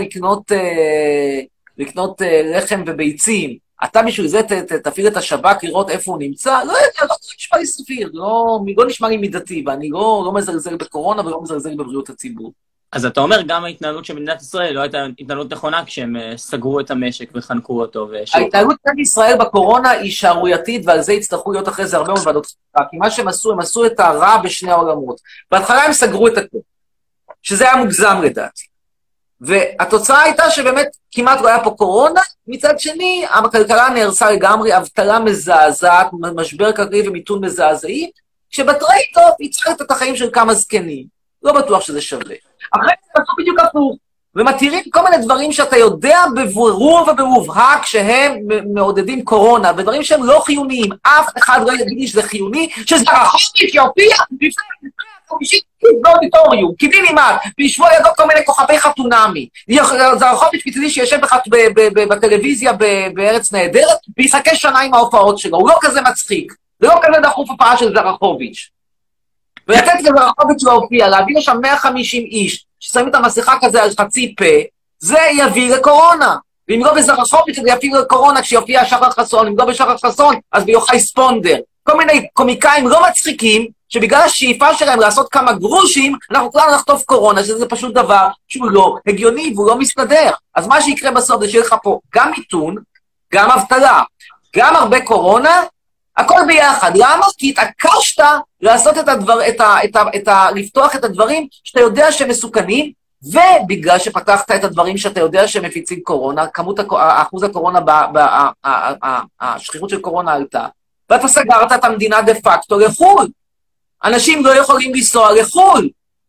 לקנות לחם וביצים. אתה בשביל זה תפעיל את השב"כ לראות איפה הוא נמצא? לא יודע, לא נשמע לי סביר, לא נשמע לי מידתי, ואני לא מזלזל בקורונה ולא מזלזל בבריאות הציבור. אז אתה אומר, גם ההתנהלות של מדינת ישראל לא הייתה התנהלות נכונה כשהם סגרו את המשק וחנקו אותו. ההתנהלות של ישראל בקורונה היא שערורייתית, ועל זה יצטרכו להיות אחרי זה הרבה מאוד ועדות חקירה, כי מה שהם עשו, הם עשו את הרע בשני העולמות. בהתחלה הם סגרו את הכל. שזה היה מוגזם לדעתי. והתוצאה הייתה שבאמת כמעט לא היה פה קורונה, מצד שני, הכלכלה נהרסה לגמרי, אבטלה מזעזעת, משבר כלכלי ומיתון מזעזעי, שבטרייד-אוף הצלחת את החיים של כמה זקנים. לא בטוח שזה שווה. אחרי זה עשו בדיוק הפוך, ומתירים כל מיני דברים שאתה יודע בברור ובמובהק שהם מעודדים קורונה, ודברים שהם לא חיוניים. אף אחד לא יגיד לי שזה חיוני, שזרחוביץ' יופיע לפני 50 באודיטוריום, קיבינימט, וישבו על ידו כל מיני כוכבי חתונמי. זרחוביץ' מצידי שישב בטלוויזיה בארץ נהדרת, ויסקה שנה עם ההופעות שלו. הוא לא כזה מצחיק, זה לא כזה דחוף הפעה של זרחוביץ'. ולתת לזרחוביץ' להופיע, להביא לשם 150 איש, ששמים את המסכה כזה על חצי פה, זה יביא לקורונה. ואם לא בזרחוביץ' זה יביא לקורונה כשיופיע שחר חסון, אם לא בשחר חסון, אז ביוחאי ספונדר. כל מיני קומיקאים לא מצחיקים, שבגלל השאיפה שלהם לעשות כמה גרושים, אנחנו כולנו נחטוף קורונה, שזה פשוט דבר שהוא לא הגיוני והוא לא מסתדר. אז מה שיקרה בסוף זה שיהיה לך פה גם מיתון, גם אבטלה, גם הרבה קורונה, הכל ביחד. למה? כי התעקשת לעשות לפתוח את הדברים שאתה יודע שהם מסוכנים, ובגלל שפתחת את הדברים שאתה יודע שהם מפיצים קורונה, אחוז הקורונה, השכיחות של קורונה עלתה, ואתה סגרת את המדינה דה פקטו לחול. אנשים לא יכולים לנסוע לחול.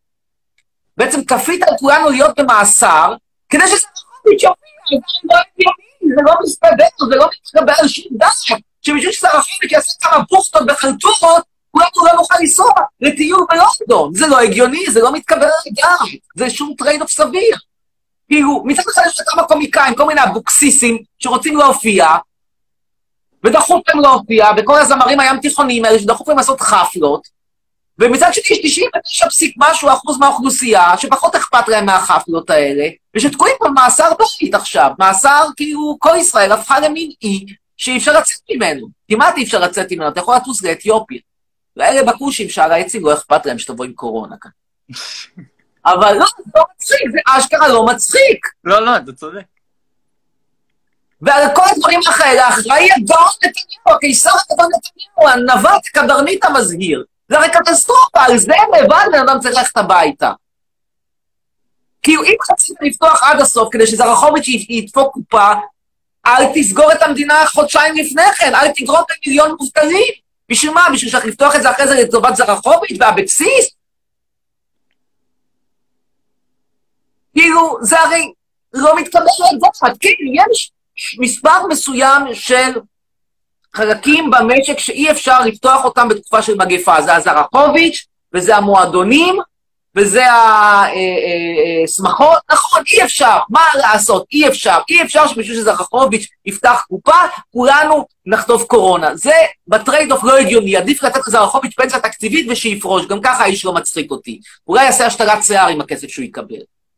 בעצם כפית על כולנו להיות במאסר, כדי שסרחוביץ' יופיע, זה לא מסתדר, זה לא מתקבל על שום דעת. שבשביל שסרחוביץ' יעשה כמה בוכטות בחלטורות, כולנו לא נוכל לנסוע לטיול בלונדון. זה לא הגיוני, זה לא מתקבל על הדעת. זה שום טרייד אוף סביר. כאילו, מצד אחד יש כמה קומיקאים, כל מיני אבוקסיסים שרוצים להופיע, ודחוף להם להופיע, וכל הזמרים הים תיכונים האלה שדחוף להם לעשות חפלות, ומצד שני יש 99% מהאוכלוסייה שפחות אכפת להם מהחפלות האלה, ושתקועים פה מאסר בית עכשיו. מאסר, כאילו, כל ישראל הפכה למין אי שאי אפשר לצאת ממנו. כמעט אי אפשר לצאת ממנו, אתה יכול לטוס לאתיופיה. ואלה בכושים שעל העצים לא אכפת להם שתבוא עם קורונה כאן. אבל לא, זה לא מצחיק, זה אשכרה לא מצחיק. לא, אתה צודק. ועל כל הדברים האחרים, האחראי הגאון נתניהו, הקיסר הגדול נתניהו, הנווט הקברניט המזהיר. זה הרי קטסטרופה, על זה לבד בן אדם צריך ללכת הביתה. כאילו, אם רצית לפתוח עד הסוף, כדי שזרחוביץ' ידפוק קופה, אל תסגור את המדינה חודשיים לפני כן, אל תגרום למיליון מובטלים. בשביל מה? בשביל שצריך לפתוח את זה אחרי זה לטובת זרחוביץ' והבקסיס? כאילו, זה הרי לא מתקבל לדעת. כן, יש מספר מסוים של חלקים במשק שאי אפשר לפתוח אותם בתקופה של מגפה. זה הזרחוביץ' וזה המועדונים, וזה השמחות. נכון, אי אפשר. מה לעשות? אי אפשר. אי אפשר שבשביל שזרחוביץ' יפתח קופה, כולנו נחטוף קורונה. זה בטרייד אוף לא הגיוני. עדיף לתת לזרחוביץ' פנסיה תקציבית ושיפרוש. גם ככה האיש לא מצחיק אותי. אולי יעשה השתלת שיער עם הכסף שהוא יקבל.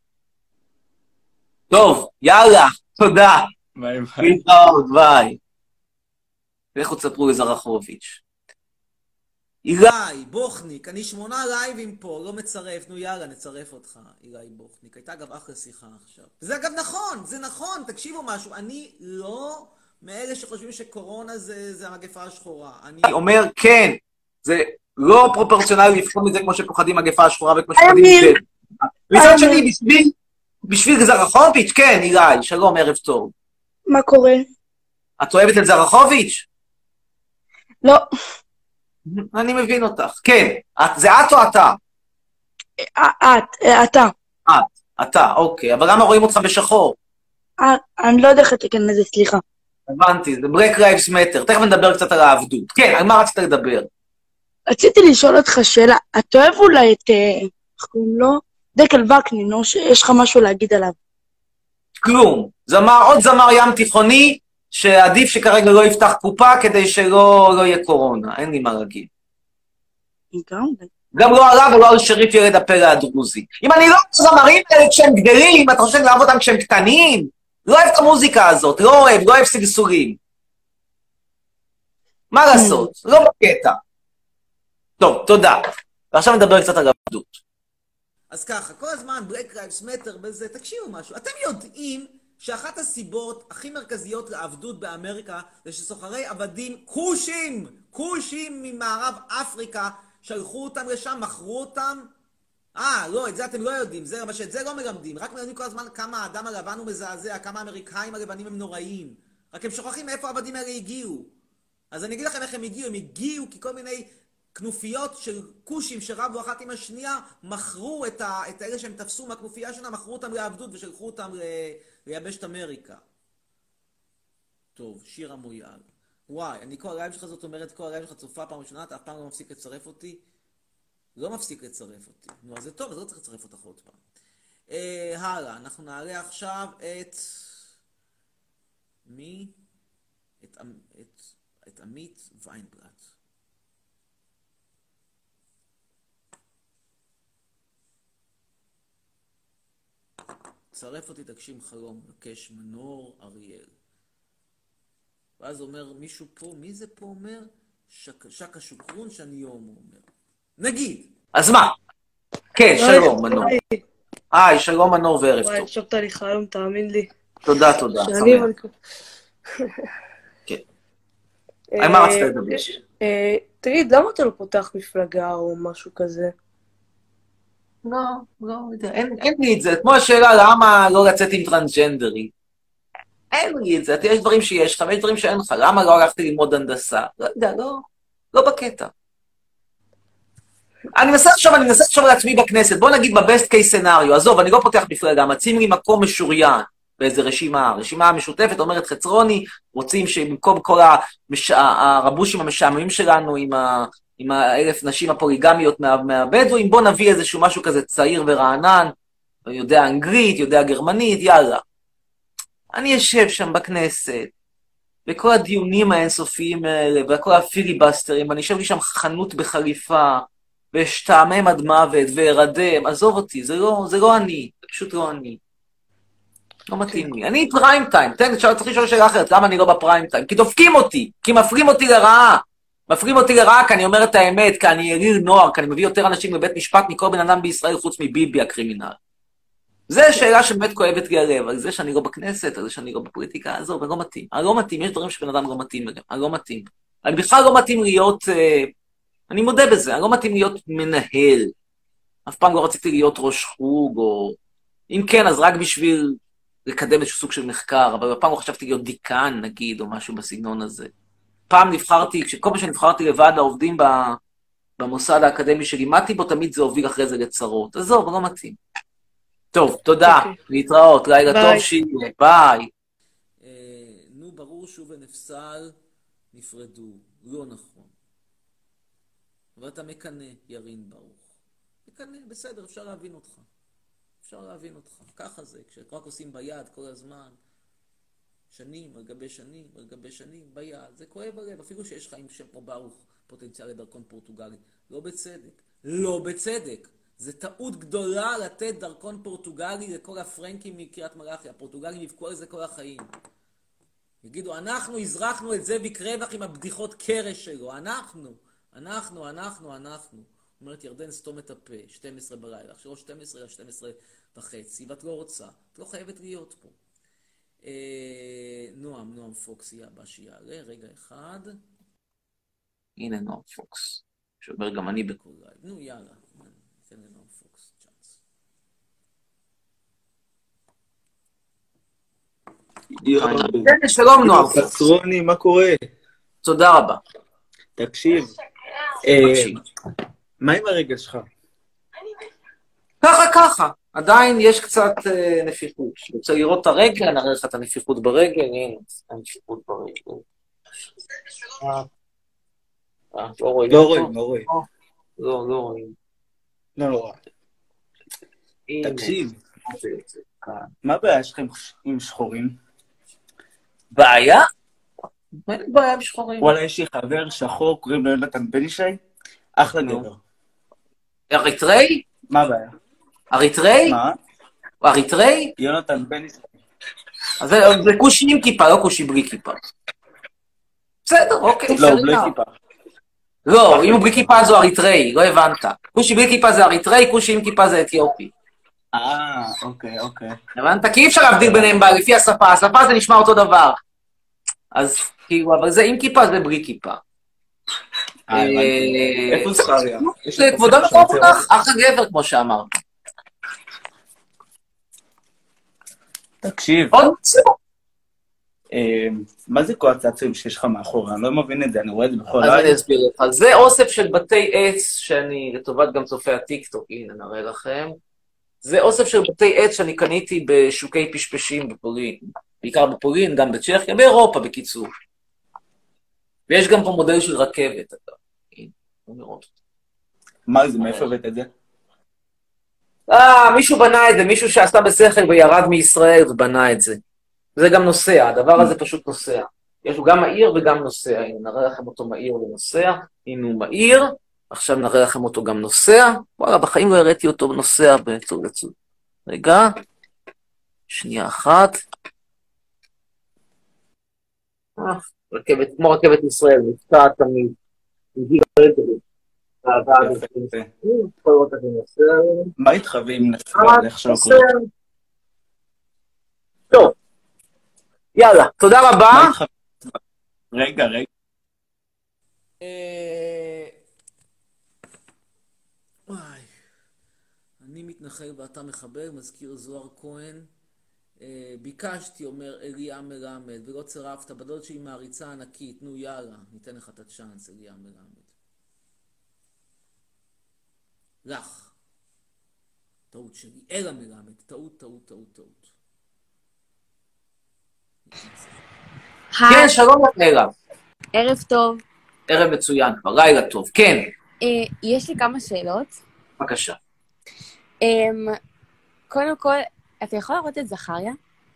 טוב, יאללה, תודה. ביי. ביי. לכו תספרו לזרחוביץ'. אילי, בוכניק, אני 8 לייבים פה, לא מצרף, נו יאללה, נצרף אותך, אילי בוכניק. הייתה אגב אחלה שיחה עכשיו. וזה אגב נכון, זה נכון, תקשיבו משהו, אני לא מאלה שחושבים שקורונה זה המגפה השחורה. אני אומר, כן, זה לא פרופורציונלי לפחות מזה כמו שפוחדים מגפה השחורה וכמו שפוחדים מזה. מצד שני, בשביל זרחוביץ', כן, אילי, שלום, ערב טוב. מה קורה? את אוהבת את זרחוביץ'? לא. אני מבין אותך. כן, זה את או אתה? אתה. אתה, אוקיי. אבל למה רואים אותך בשחור? אני לא יודע איך לתקן לזה, סליחה. הבנתי, זה Black Lives Matter. תכף נדבר קצת על העבדות. כן, על מה רצית לדבר? רציתי לשאול אותך שאלה. אתה אוהב אולי את, איך קוראים לו? דקל וקנין, או שיש לך משהו להגיד עליו? כלום. עוד זמר ים תיכוני, שעדיף שכרגע לא יפתח קופה כדי שלא יהיה קורונה. אין לי מה להגיד. גם לא עליו ולא על שריף ילד הפלא הדרוזי. אם אני לא זמרים האלה כשהם גדלים, אתה חושב לעבוד אותם כשהם קטנים? לא אוהב את המוזיקה הזאת, לא אוהב סגסוגים. מה לעשות? לא בקטע. טוב, תודה. ועכשיו נדבר קצת על עבדות. אז ככה, כל הזמן Black Lives Matter בזה, תקשיבו משהו. אתם יודעים שאחת הסיבות הכי מרכזיות לעבדות באמריקה זה שסוחרי עבדים כושים ממערב אפריקה, שלחו אותם לשם, מכרו אותם. לא, את זה אתם לא יודעים, את זה לא מלמדים. רק מלמדים כל הזמן כמה האדם הלבן הוא מזעזע, כמה האמריקאים הלבנים הם נוראים. רק הם שוכחים מאיפה העבדים האלה הגיעו. אז אני אגיד לכם איך הם הגיעו כי כל מיני כנופיות של כושים שרבו אחת עם השנייה, מכרו את האלה שהם תפסו מהכנופיה שלה, מכרו אותם לעבדות ושלחו אותם ליבשת אמריקה. טוב, שיר המויאל. וואי, אני כל הלייב שלך זאת אומרת, כל הלייב שלך צופה פעם ראשונה, אתה אף פעם לא מפסיק לצרף אותי? לא מפסיק לצרף אותי. נו, אז זה טוב, אז לא צריך לצרף אותך עוד פעם. הלאה, אנחנו נעלה עכשיו את... מי? את עמית ויינבלט. צרף אותי, תגשים חלום, מבקש מנור אריאל. ואז אומר מישהו פה, מי זה פה אומר? שקה שוקרון שאני יום אומר. נגיד. אז מה? כן, שלום מנור. היי, שלום מנור וערב טוב. וואי, הקשבת לי חלום, תאמין לי. תודה. כן. על מה רצית לדבר? תגיד, למה אתה לא פותח מפלגה או משהו כזה? לא יודע, אין לי את זה. כמו השאלה למה לא לצאת עם טרנסג'נדרי. אין לי את זה, יש דברים שיש לך, ויש דברים שאין לך. למה לא הלכתי ללמוד הנדסה? לא יודע, לא בקטע. אני מנסה עכשיו לעצמי בכנסת, בוא נגיד בבסט קייס סנריו, עזוב, אני לא פותח מפלגה, מציעים לי מקום משוריין באיזה רשימה המשותפת, אומרת חצרוני, רוצים שבמקום כל הרבושים המשעממים שלנו עם 1,000 נשים הפוליגמיות מהבדואים, בוא נביא איזשהו משהו כזה צעיר ורענן, יודע אנגלית, יודע גרמנית, יאללה. אני יושב שם בכנסת, וכל הדיונים האינסופיים האלה, וכל הפיליבסטרים, ואני יושב לי שם חנות בחליפה, ושתעמם עד מוות, והרדם, עזוב אותי, זה לא אני, זה פשוט לא אני. לא מתאים לי. אני פריים טיים, צריך לשאול שאלה אחרת, למה אני לא בפריים טיים? כי דופקים אותי, כי מפרים אותי לרעה. מפרים אותי לרעה, כי אני אומר את האמת, כי אני יריר נוער, כי אני מביא יותר אנשים לבית משפט מכל בן אדם בישראל, חוץ מביבי הקרימינל. זו שאלה שבאמת כואבת לי הלב, על זה שאני לא בכנסת, על זה שאני לא בפוליטיקה, עזוב, אני לא מתאים. אני לא מתאים, יש דברים שבן אדם לא מתאים אליהם, אני לא מתאים. אני בכלל לא מתאים להיות, אני מודה בזה, אני לא מתאים להיות מנהל. אף פעם לא רציתי להיות ראש חוג, או... אם כן, אז רק בשביל לקדם איזשהו סוג של מחקר, אבל בפעם לא חשבתי להיות דיקן, נגיד, או משהו בסגנון הזה. פעם נבחרתי, כל פעם שנבחרתי לוועד העובדים במוסד האקדמי שלימדתי בו, תמיד זה הוביל אחרי זה לצרות. עזוב, לא מתאים. טוב, תודה, להתראות, לילה טוב שיהיה, ביי. נו, ברור שוב ונפסל, נפרדו, לא נכון. ואתה מקנה, ירין ברוך. מקנה, בסדר, אפשר להבין אותך. אפשר להבין אותך, ככה זה, כשרק עושים ביד כל הזמן, שנים, על גבי שנים, ביד, זה כואב הלב, אפילו שיש לך עם שם כמו ברוך, פוטנציאל לדרכון פורטוגלי, לא בצדק. זה טעות גדולה לתת דרכון פורטוגלי לכל הפרנקים מקריית מלאכי. הפורטוגלים יבכו על זה כל החיים. יגידו, אנחנו הזרחנו את זה בקרבח עם הבדיחות קרש שלו. אנחנו. אומרת, ירדן, סתום את הפה, 12 בלילה. עכשיו 12 אלא 12 וחצי, ואת לא רוצה. את לא חייבת להיות פה. נועם פוקס יהיה הבא שיעלה. רגע אחד. הנה נועם פוקס. שאומר גם אני בכל לייב. נו, יאללה. תן לנועם פוקס, צ'אנס. שלום נועם פוקס. חצרוני, מה קורה? תודה רבה. תקשיב. מה עם הרגל שלך? ככה. עדיין יש קצת נפיחות. רוצה לראות את הרגל, אני אראה לך את הנפיחות ברגל. הנה, הנפיחות ברגל. לא רואים. לא רואים. לא. תקשיב, מה הבעיה שלכם עם שחורים? בעיה? אין בעיה עם שחורים. וואלה, יש לי חבר שחור, קוראים לו יונתן בן ישי, אחלה גבר. אריתראי? מה הבעיה? אריתראי? מה? אריתראי? יונתן בן ישי. אז זה קושי עם כיפה, לא קושי בלי כיפה. בסדר, אוקיי. לא, בלי כיפה. לא, אם הוא בלי כיפה זו אריתראי, לא הבנת. קושי בלי כיפה זה אריתראי, קושי עם כיפה זה אתיופי. אוקיי. הבנת? כי אי אפשר להבדיל ביניהם לפי השפה, השפה זה נשמע אותו דבר. אז כאילו, אבל זה עם כיפה זה בלי כיפה. איפה זכריה? זה כבודו מקום לך, אח הגבר, כמו שאמרת. תקשיב. עוד מצוא. מה זה כל הצעצועים שיש לך מאחורה? אני לא מבין את זה, אני רואה את זה בכל אז אני לילה. אסביר לך. זה אוסף של בתי עץ שאני, לטובת גם צופי הטיקטוק, הנה נראה לכם. זה אוסף של בתי עץ שאני קניתי בשוקי פשפשים בפולין. בעיקר בפולין, גם בצ'כיה, באירופה בקיצור. ויש גם פה מודל של רכבת. הנה, בואו נראות. מה זה, מאיפה הבאת את זה? מישהו בנה את זה, מישהו שעשה בשכל וירד מישראל ובנה את זה. זה גם נוסע, הדבר הזה פשוט נוסע. יש לו גם מהיר וגם נוסע. הנה, נראה לכם אותו מהיר ונוסע. הנה הוא מהיר, עכשיו נראה לכם אותו גם נוסע. וואלה, בחיים לא הראיתי אותו נוסע בצור לצור. רגע, שנייה אחת. רכבת, כמו רכבת ישראל, נפתע תמיד. מה איתך ואם נפרד, איך שלא קוראים? טוב, יאללה, תודה רבה. רגע. אני מתנחל ואתה מחבר, מזכיר זוהר כהן. ביקשתי, אומר אליה מלמד, ולא צירפת, בדוד שהיא מעריצה ענקית, נו יאללה, ניתן לך את הצ'אנס, אליה מלמד. לך. טעות שלי, אלה מלמד, טעות. כן, שלום אלה. ערב טוב. ערב מצוין, כבר לילה טוב, כן. יש לי כמה שאלות. בבקשה. קודם כל, אתה יכול לראות את זכריה?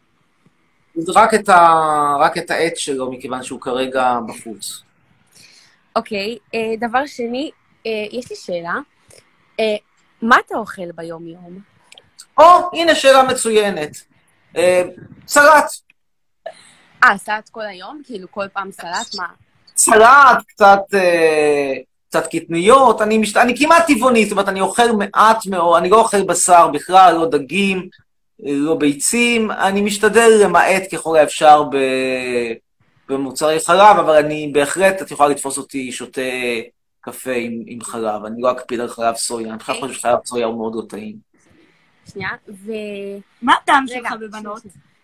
רק את העט שלו, מכיוון שהוא כרגע בחוץ. אוקיי, דבר שני, יש לי שאלה. מה אתה אוכל ביום-יום? הנה שאלה מצוינת. סלט. סלט כל היום? כאילו כל פעם סלט? מה? סלט, קצת קטניות, אני כמעט טבעוני, זאת אומרת, אני אוכל מעט מאוד, אני לא אוכל בשר בכלל, לא דגים, לא ביצים, אני משתדל למעט ככל האפשר במוצרי חלב, אבל אני בהחלט, את יכולה לתפוס אותי שותה קפה עם חלב, אני לא אקפיד על חלב סויה, אני חושב שחלב סויה הוא מאוד לא טעים. שנייה, מה הטעם שלך בבנות?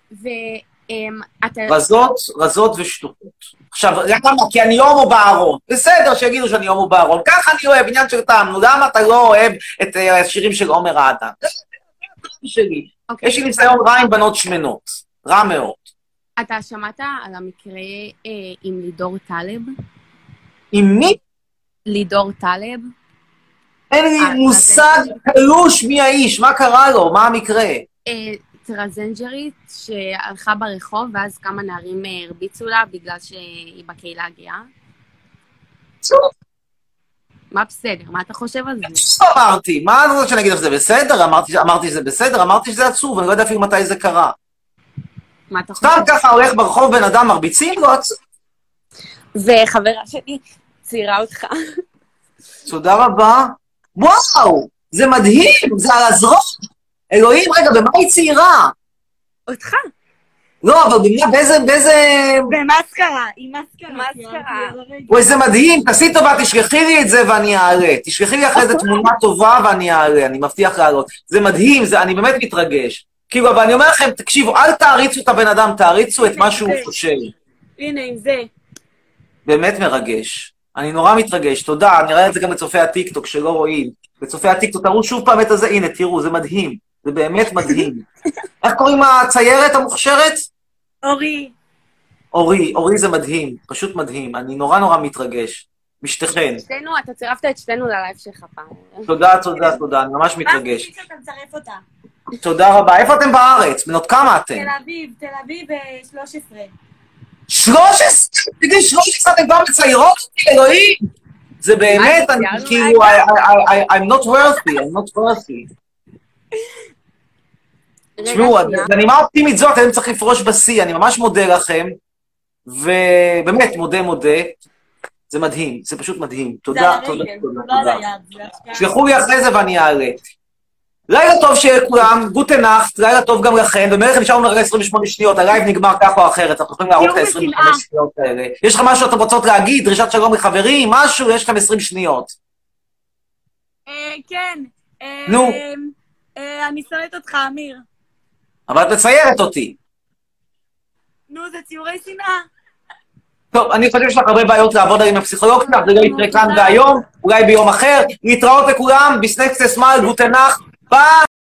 רזות ושטוחות. עכשיו, למה? כי אני הומו בארון. בסדר שיגידו שאני הומו בארון. ככה אני אוהב, עניין של טעם. למה אתה לא אוהב את השירים של עומר אדם? זה הטעם שלי. יש לי ניסיון רע עם בנות שמנות. רע מאוד. אתה שמעת על המקרה עם לידור טלב? עם מי? לידור טלב. אין לי מושג קלוש מי האיש. מה קרה לו? מה המקרה? טרנסג'נדרית שהלכה ברחוב, ואז כמה נערים הרביצו לה בגלל שהיא בקהילה הגאה. מה בסדר? מה אתה חושב על זה? אמרתי, מה אני רוצה שאני אגיד על זה בסדר? אמרתי שזה בסדר, אמרתי שזה עצוב, אני לא יודע אפילו מתי זה קרה. מה אתה חושב? סתם ככה הולך ברחוב בן אדם מרביצים לו עצוב. וחברה שלי ציירה אותך. תודה רבה. וואו, זה מדהים, זה על הזרוע. אלוהים, רגע, במה היא צעירה? אותך. לא, אבל באיזה... במסקרה, היא מסקרה. וואי, זה מדהים, תעשי טובה, תשלחי לי את זה ואני אעלה. תשלחי לי אחרי זה תמונה טובה ואני אעלה, אני מבטיח לעלות. זה מדהים, אני באמת מתרגש. כאילו, אבל אני אומר לכם, תקשיבו, אל תעריצו את הבן אדם, תעריצו את מה שהוא חושב. הנה, עם זה. באמת מרגש. אני נורא מתרגש, תודה, אני רואה את זה גם בצופי הטיקטוק שלא רואים. בצופי הטיקטוק, תראו שוב פעם את הזה, הנה, תראו, זה מדהים. זה באמת מדהים. איך קוראים הציירת המוכשרת? אורי זה מדהים, פשוט מדהים. אני נורא מתרגש. משתכן. אתה צירפת את שתינו ללייב שלך פעם. תודה, אני ממש מתרגש. מה שאתה מצרף אותה? תודה רבה. איפה אתם בארץ? בנות כמה אתם? תל אביב 13. 13? בגיל 13 אתם כבר מציירות אותי, אלוהים? זה באמת, אני כאילו, I'm not worthy. תשמעו, בנימה אופטימית זאת, אני צריך לפרוש בשיא, אני ממש מודה לכם, ובאמת, מודה. זה מדהים, זה פשוט מדהים. תודה. שלחו לי אחרי זה ואני אעלה. לילה טוב שיהיה לכולם, גוטה נחט, לילה טוב גם לכם, ומלך נשארנו לרגע 28 שניות, הלייב נגמר כך או אחרת, אנחנו יכולים להראות את ה-25 שניות האלה. יש לך משהו שאתם רוצות להגיד, דרישת שלום לחברים, משהו, יש לכם 20 שניות. כן. נו. אני שונאת אותך, אמיר. אבל את מציירת אותי. נו, זה ציורי שנאה. טוב, אני חושב שיש לך הרבה בעיות לעבוד עם הפסיכולוג שלך, זה לא יקרה כאן והיום, אולי ביום אחר. להתראות לכולם, ביסנקסס מל, גוטנאך, ביי!